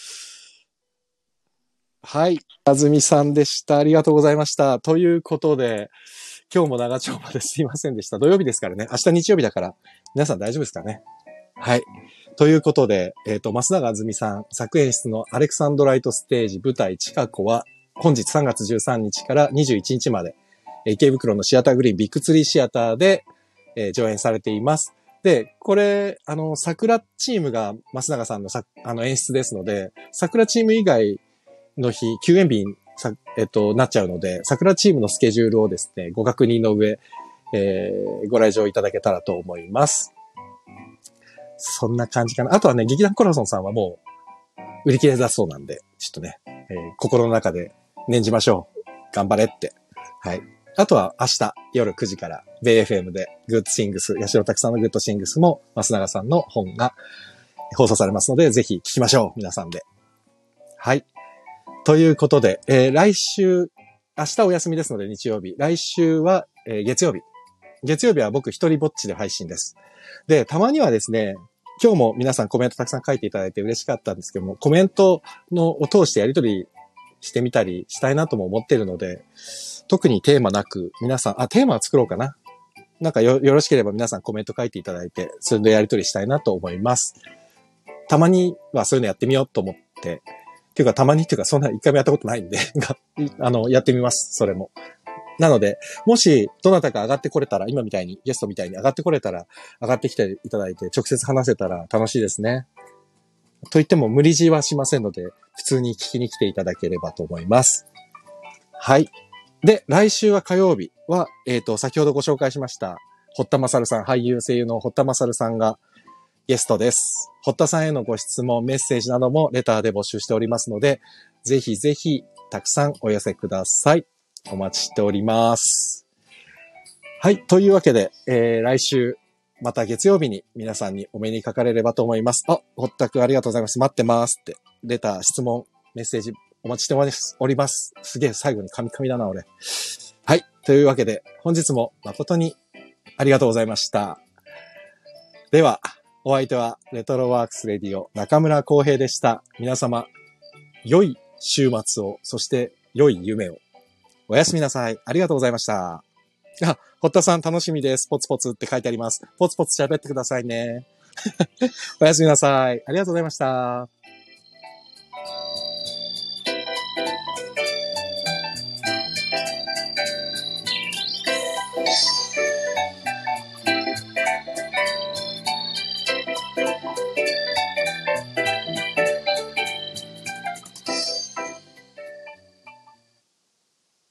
はい。あずみさんでした。ありがとうございました。ということで、今日も長丁場ですいませんでした。土曜日ですからね。明日日曜日だから、皆さん大丈夫ですかね。はい。ということで、えっ、と、増永あずみさん、作演出のアレクサンドライトステージ舞台チカコは、本日さんがつじゅうさんにちからにじゅういちにちまで、えー池袋のシアターグリーンビッグツリーシアターで、えー上演されています。で、これ、あの、桜チームが増永さんのさあの演出ですので、桜チーム以外の日、休演日にさ、えっと、なっちゃうので、桜チームのスケジュールをですね、ご確認の上、えーご来場いただけたらと思います。そんな感じかな。あとはね、劇団コラソンさんはもう、売り切れだそうなんで、ちょっとね、えー心の中で念じましょう。頑張れって。はい。あとは明日夜くじから、ベイ エフエム でグッドシングス、八代拓さんのグッドシングスも、増永さんの本が放送されますので、ぜひ聞きましょう。皆さんで。はい。ということで、えー来週、明日お休みですので日曜日。来週は、えー月曜日。月曜日は僕一人ぼっちで配信です。で、たまにはですね、今日も皆さんコメントたくさん書いていただいて嬉しかったんですけども、コメントのを通してやり取りしてみたりしたいなとも思っているので、特にテーマなく、皆さん、あ、テーマは作ろうかな。なんかよ、よろしければ皆さんコメント書いていただいて、それでやり取りしたいなと思います。たまにはそういうのやってみようと思って、っていうかたまにっていうかそんな一回もやったことないんで、があの、やってみます、それも。なので、もし、どなたか上がってこれたら、今みたいに、ゲストみたいに上がってこれたら、上がってきていただいて、直接話せたら楽しいですね。と言っても無理強いはしませんので、普通に聞きに来ていただければと思います。はい。で、来週は火曜日は、えっと、先ほどご紹介しました、堀田勝さん、俳優声優の堀田勝さんがゲストです。堀田さんへのご質問、メッセージなどもレターで募集しておりますので、ぜひぜひたくさんお寄せください。お待ちしております。はい。というわけで、えー、来週、また月曜日に皆さんにお目にかかれればと思います。あ、堀田くんありがとうございます。待ってますって。レター、質問、メッセージお待ちしております。すげえ最後にカミカミだな、俺。はい。というわけで、本日も誠にありがとうございました。では、お相手はレトロワークスレディオ中村浩平でした。皆様、良い週末を、そして良い夢を。おやすみなさい。ありがとうございました。あ、堀田さん楽しみです。ポツポツって書いてあります。ポツポツ喋ってくださいね。おやすみなさい。ありがとうございました。